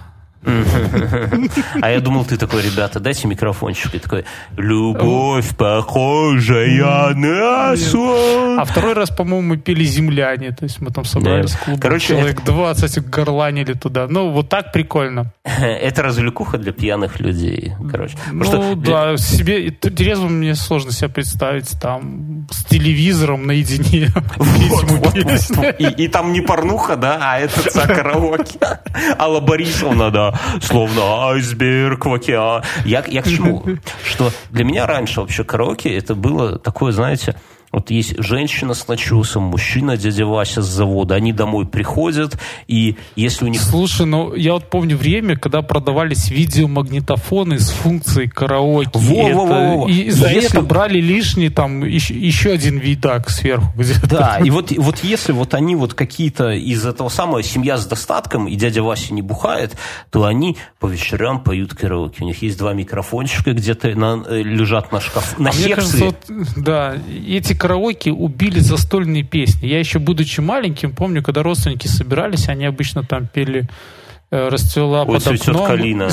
B: А я думал, ты такой, ребята, дайте микрофончик. И такой, любовь, похожая на сон.
A: А второй раз, по-моему, мы пели «Земляне». То есть мы там собрались в клубе. Короче, человек это... двадцать горланили туда. Ну, вот так прикольно.
B: Это развлекуха для пьяных людей. Короче.
A: Ну, что... да. Себе... Трезвым мне сложно себя представить там с телевизором наедине.
B: Вот, вот, вот. И, и там не порнуха, да, а это караоке. Алла Борисовна, да. Словно айсберг в океане. Я, я к чему? Что для меня раньше вообще караоке это было такое, знаете, вот есть женщина с начесом, мужчина, дядя Вася с завода, они домой приходят, и если у них...
A: Слушай, ну я вот помню время, когда продавались видеомагнитофоны с функцией караоке.
B: Во,
A: это...
B: во, во, во.
A: И за
B: если...
A: это брали лишний там еще, еще один видак сверху где-то.
B: Да, и вот, вот если вот они вот какие-то из этого самого семья с достатком, и дядя Вася не бухает, то они по вечерам поют караоке. У них есть два микрофончика где-то на, лежат на шкафу, на
A: а
B: секции.
A: Мне кажется, вот, да, эти караоке убили застольные песни. Я еще, будучи маленьким, помню, когда родственники собирались, они обычно там пели э, «Расцвела
B: Ой,
A: под окном».
B: Калина.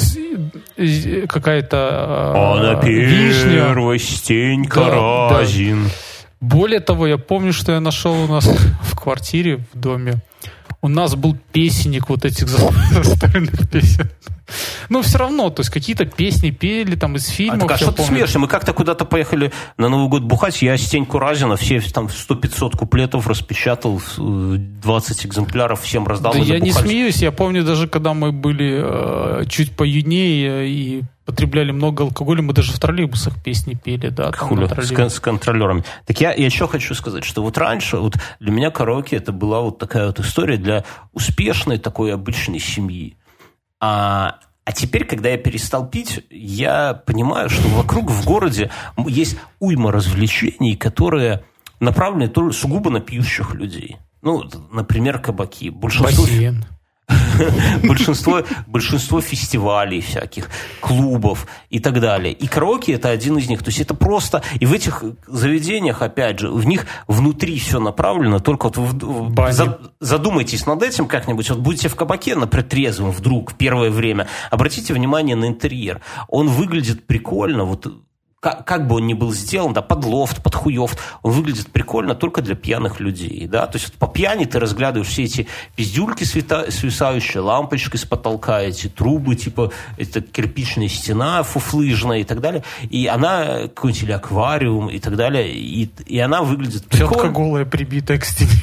A: Какая-то э,
B: а на
A: вишня.
B: Первой стенька да, разин.
A: Да. Более того, я помню, что я нашел у нас в квартире, в доме. У нас был песенник вот этих застольных песен. Но все равно, то есть какие-то песни пели там из фильмов.
B: А, а что ты смеешься? Мы как-то куда-то поехали на Новый год бухать, я Стеньку Разина, все там сто-пятьсот куплетов распечатал, двадцать экземпляров всем раздал.
A: Да я не смеюсь, я помню даже, когда мы были э, чуть поюнее и потребляли много алкоголя, мы даже в троллейбусах песни пели, да.
B: Хули, с, с контролерами. Так я, я еще хочу сказать, что вот раньше вот для меня караоке это была вот такая вот история для успешной такой обычной семьи. А, а теперь, когда я перестал пить, я понимаю, что вокруг в городе есть уйма развлечений, которые направлены только сугубо на пьющих людей. Ну, например, кабаки. Большинство...
A: Бассейн.
B: большинство, большинство фестивалей всяких, клубов и так далее. И караоке – это один из них. То есть это просто... И в этих заведениях, опять же, в них внутри все направлено. Только вот в, за, задумайтесь над этим как-нибудь. Вот будете в кабаке, например, трезвым вдруг в первое время. Обратите внимание на интерьер. Он выглядит прикольно. Вот Как, как бы он ни был сделан, да, под лофт, под хуёвт, он выглядит прикольно только для пьяных людей, да, то есть по пьяни ты разглядываешь все эти пиздюльки свисающие, лампочки с потолка, эти трубы, типа, это кирпичная стена фуфлыжная и так далее, и она, какой-нибудь или аквариум и так далее, и, и она выглядит прикольно.
A: Тетка голая, прибитая к стене.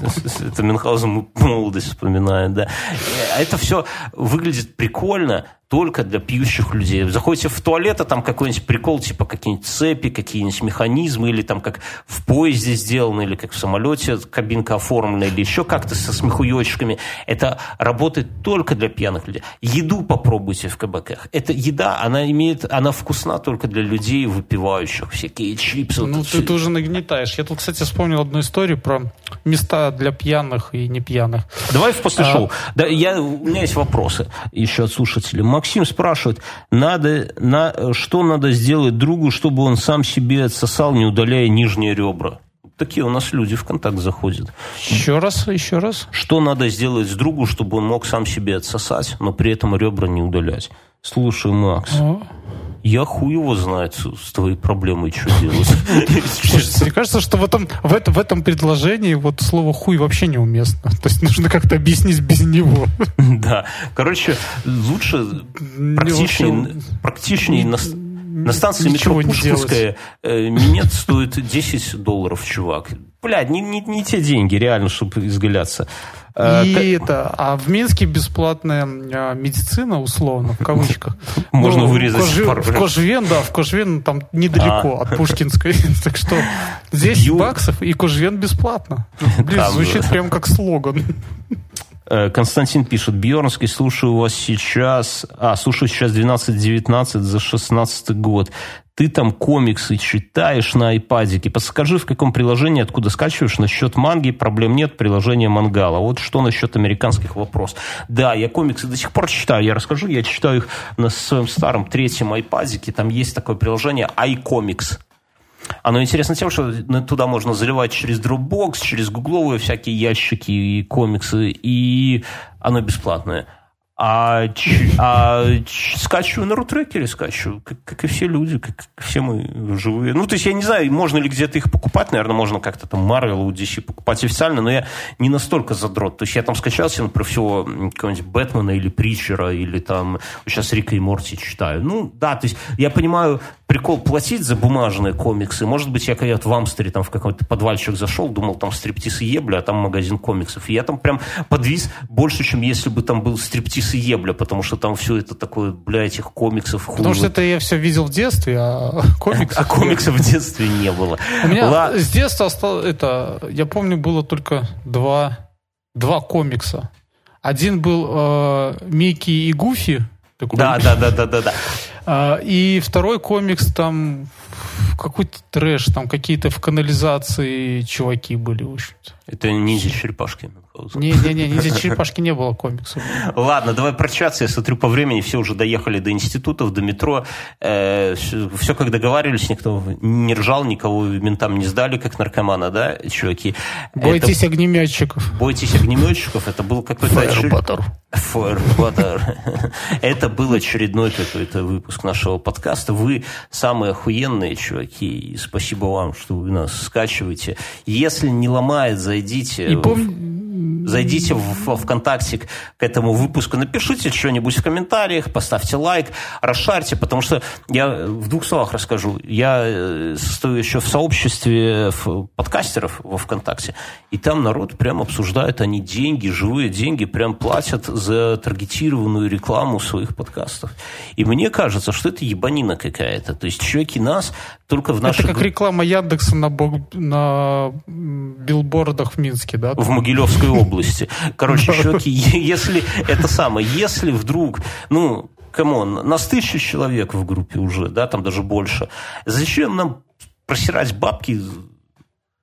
B: Это Мюнхгаузен молодость вспоминает, да. Это все выглядит прикольно, только для пьющих людей. Заходите в туалет, а там какой-нибудь прикол, типа какие-нибудь цепи, какие-нибудь механизмы, или там как в поезде сделано, или как в самолете кабинка оформлена, или еще как-то со смехуёчками. Это работает только для пьяных людей. Еду попробуйте в кабаках. Эта еда, она имеет, она вкусна только для людей выпивающих. Всякие чипсы.
A: Ну,
B: вот
A: ты, ты уже нагнетаешь. Я тут, кстати, вспомнил одну историю про места для пьяных и не пьяных.
B: Давай в после шоу. А... Да, я, у меня есть вопросы еще от слушателей. Максим спрашивает, надо, на, что надо сделать другу, чтобы он сам себе отсосал, не удаляя нижние ребра? Такие у нас люди в контакт заходят.
A: Еще раз, еще раз.
B: Что надо сделать с другу, чтобы он мог сам себе отсосать, но при этом ребра не удалять? Слушай, Макс, О. я хуй его знает с твоей проблемой, что делать.
A: Слушайте, мне кажется, что в этом, в, этом, в этом предложении вот слово «хуй» вообще неуместно. То есть нужно как-то объяснить без него.
B: Да. Короче, лучше практичнее, практичнее на, на станции метро Пушкинская минет стоит десять долларов, чувак. Бля, не, не, не те деньги, реально, чтобы изгаляться.
A: И а, это, а в Минске бесплатная а, медицина, условно, в кавычках.
B: Можно ну, вырезать.
A: В, Кожи, в Кожевен, да, в Кожевен там недалеко а. от Пушкинской. Так что десять баксов и Кожевен бесплатно. Блин, звучит прям как слоган.
B: Константин пишет, Бьернский, слушаю вас сейчас, а, слушаю сейчас двенадцать девятнадцать за шестнадцатый год. Ты там комиксы читаешь на айпадике. Подскажи, в каком приложении, откуда скачиваешь, насчет манги, проблем нет, приложение Мангала. Вот что насчет американских вопросов. Да, я комиксы до сих пор читаю, я расскажу, я читаю их на своем старом третьем айпадике, там есть такое приложение iComics. Оно интересно тем, что туда можно заливать через Dropbox, через гугловые всякие ящики и комиксы, и оно бесплатное. А, а скачиваю на рутрекере, скачиваю, как, как и все люди, как, как все мы живые. Ну, то есть, я не знаю, можно ли где-то их покупать, наверное, можно как-то там Marvel, ди си покупать официально, но я не настолько задрот. То есть, я там скачал себе, например, всего какого-нибудь Бэтмена или Притчера, или там сейчас Рика и Морти читаю. Ну, да, то есть, я понимаю прикол платить за бумажные комиксы. Может быть, я когда-то в Амстере там в какой-то подвальчик зашел, думал, там стриптиз и ебля, а там магазин комиксов. И я там прям подвис больше, чем если бы там был стриптиз и ебля, потому что там все это такое, бля, этих комиксов.
A: Потому хуй. Что это я все видел в детстве, а комиксов...
B: А комиксов в детстве не было.
A: У меня с детства осталось это... Я помню, было только два, два комикса. Один был Микки и Гуфи.
B: Да, да, да, да, да, да.
A: И второй комикс там какой-то трэш, там какие-то в канализации чуваки были, в общем-то.
B: Это ниндзя-черепашки.
A: Не-не-не, ниндзя-черепашки не было комиксов.
B: Ладно, давай прощаться. Я смотрю по времени, все уже доехали до институтов, до метро. Э, все, как договаривались, никто не ржал, никого ментам не сдали, как наркомана, да, чуваки?
A: Бойтесь это... огнеметчиков.
B: Бойтесь огнеметчиков. Это был какой-то...
A: Фаербаттер.
B: Фаербаттер. Это был очередной какой-то выпуск нашего подкаста. Вы самые охуенные чуваки. И спасибо вам, что вы нас скачиваете. Если не ломает, зайдите...
A: И пом...
B: Зайдите в, в ВКонтакте к этому выпуску, напишите что-нибудь в комментариях, поставьте лайк, расшарьте, потому что я в двух словах расскажу. Я состою еще в сообществе подкастеров во ВКонтакте, и там народ прям обсуждает, они деньги, живые деньги, прям платят за таргетированную рекламу своих подкастов. И мне кажется, что это ебанина какая-то. То есть чуваки нас только в наших...
A: Это как реклама Яндекса на, бог... на билбордах в Минске, да?
B: В Могилевской области. Короче, чуваки, если это самое, если вдруг, ну, камон, нас тысяча человек в группе уже, да, там даже больше, зачем нам просирать бабки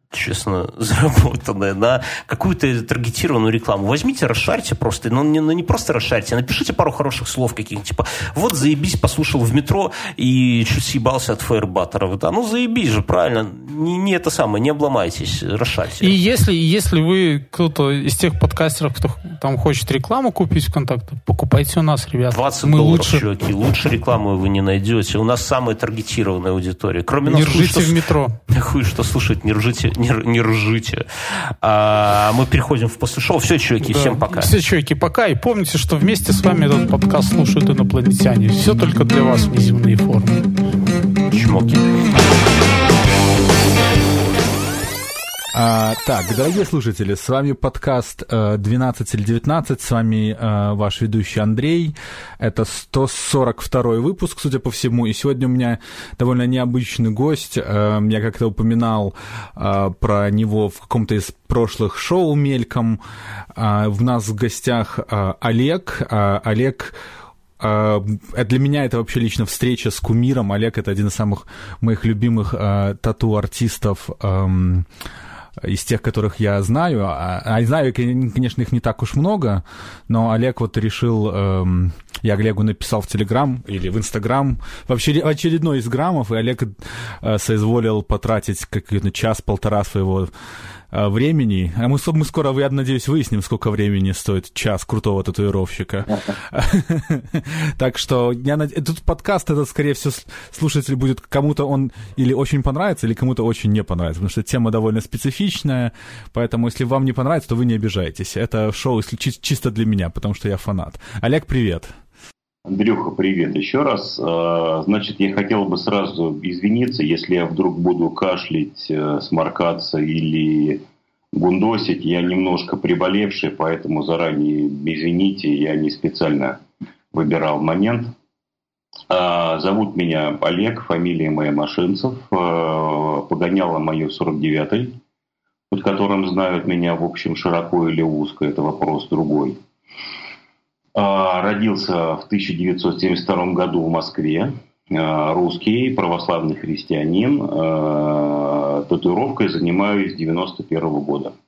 B: честно, заработанное на какую-то таргетированную рекламу. Возьмите, расшарьте просто, ну не, ну не просто расшарьте, а напишите пару хороших слов каких-нибудь, типа, вот заебись, послушал в метро и чуть съебался от фейербаттеров. Да, ну заебись же, правильно, не, не это самое, не обломайтесь, расшарьте.
A: И если, если вы кто-то из тех подкастеров, кто там хочет рекламу купить ВКонтакте, покупайте у нас, ребят.
B: двадцать Мы долларов, лучше... чуваки, лучше рекламу вы не найдете. У нас самая таргетированная аудитория. Кроме
A: не
B: нас,
A: ржите
B: что...
A: в метро.
B: Хуй, что слушать, не ржите. Не, не ржите. А, мы переходим в после шоу. Все, чуваки, да. Всем пока.
A: Все, чуваки, пока. И помните, что вместе с вами этот подкаст слушают инопланетяне. Все только для вас, внеземные формы.
B: Чмоки.
C: А, так, дорогие слушатели, с вами подкаст э, двенадцать или девятнадцать, с вами э, ваш ведущий Андрей. Это сто сорок второй выпуск, судя по всему, и сегодня у меня довольно необычный гость. Э, я как-то упоминал э, про него в каком-то из прошлых шоу мельком. Э, у нас в гостях э, Олег. Э, Олег... Для меня это вообще лично встреча с кумиром. Олег — это один из самых моих любимых э, тату-артистов эм, из тех, которых я знаю. А, а знаю, конечно, их не так уж много, но Олег вот решил... Эм, я Олегу написал в Телеграм или в Инстаграм, в очередной из граммов, и Олег э, соизволил потратить какой-то час-полтора своего времени. А мы, мы скоро, я надеюсь, выясним, сколько времени стоит час крутого татуировщика. Так что тут подкаст, этот, скорее всего, слушатель будет, кому-то он или очень понравится, или кому-то очень не понравится, потому что тема довольно специфичная, поэтому если вам не понравится, то вы не обижайтесь. Это шоу чисто для меня, потому что я фанат. Олег, привет.
D: Андрюха, привет еще раз. Значит, я хотел бы сразу извиниться, если я вдруг буду кашлять, сморкаться или гундосить. Я немножко приболевший, поэтому заранее извините, я не специально выбирал момент. Зовут меня Олег, фамилия моя Машинцев. Погоняло мое сорок девятый, под которым знают меня, в общем, широко или узко, это вопрос другой. Родился в тысяча девятьсот семьдесят втором году в Москве, русский, православный христианин, татуировкой занимаюсь с девяносто первого года.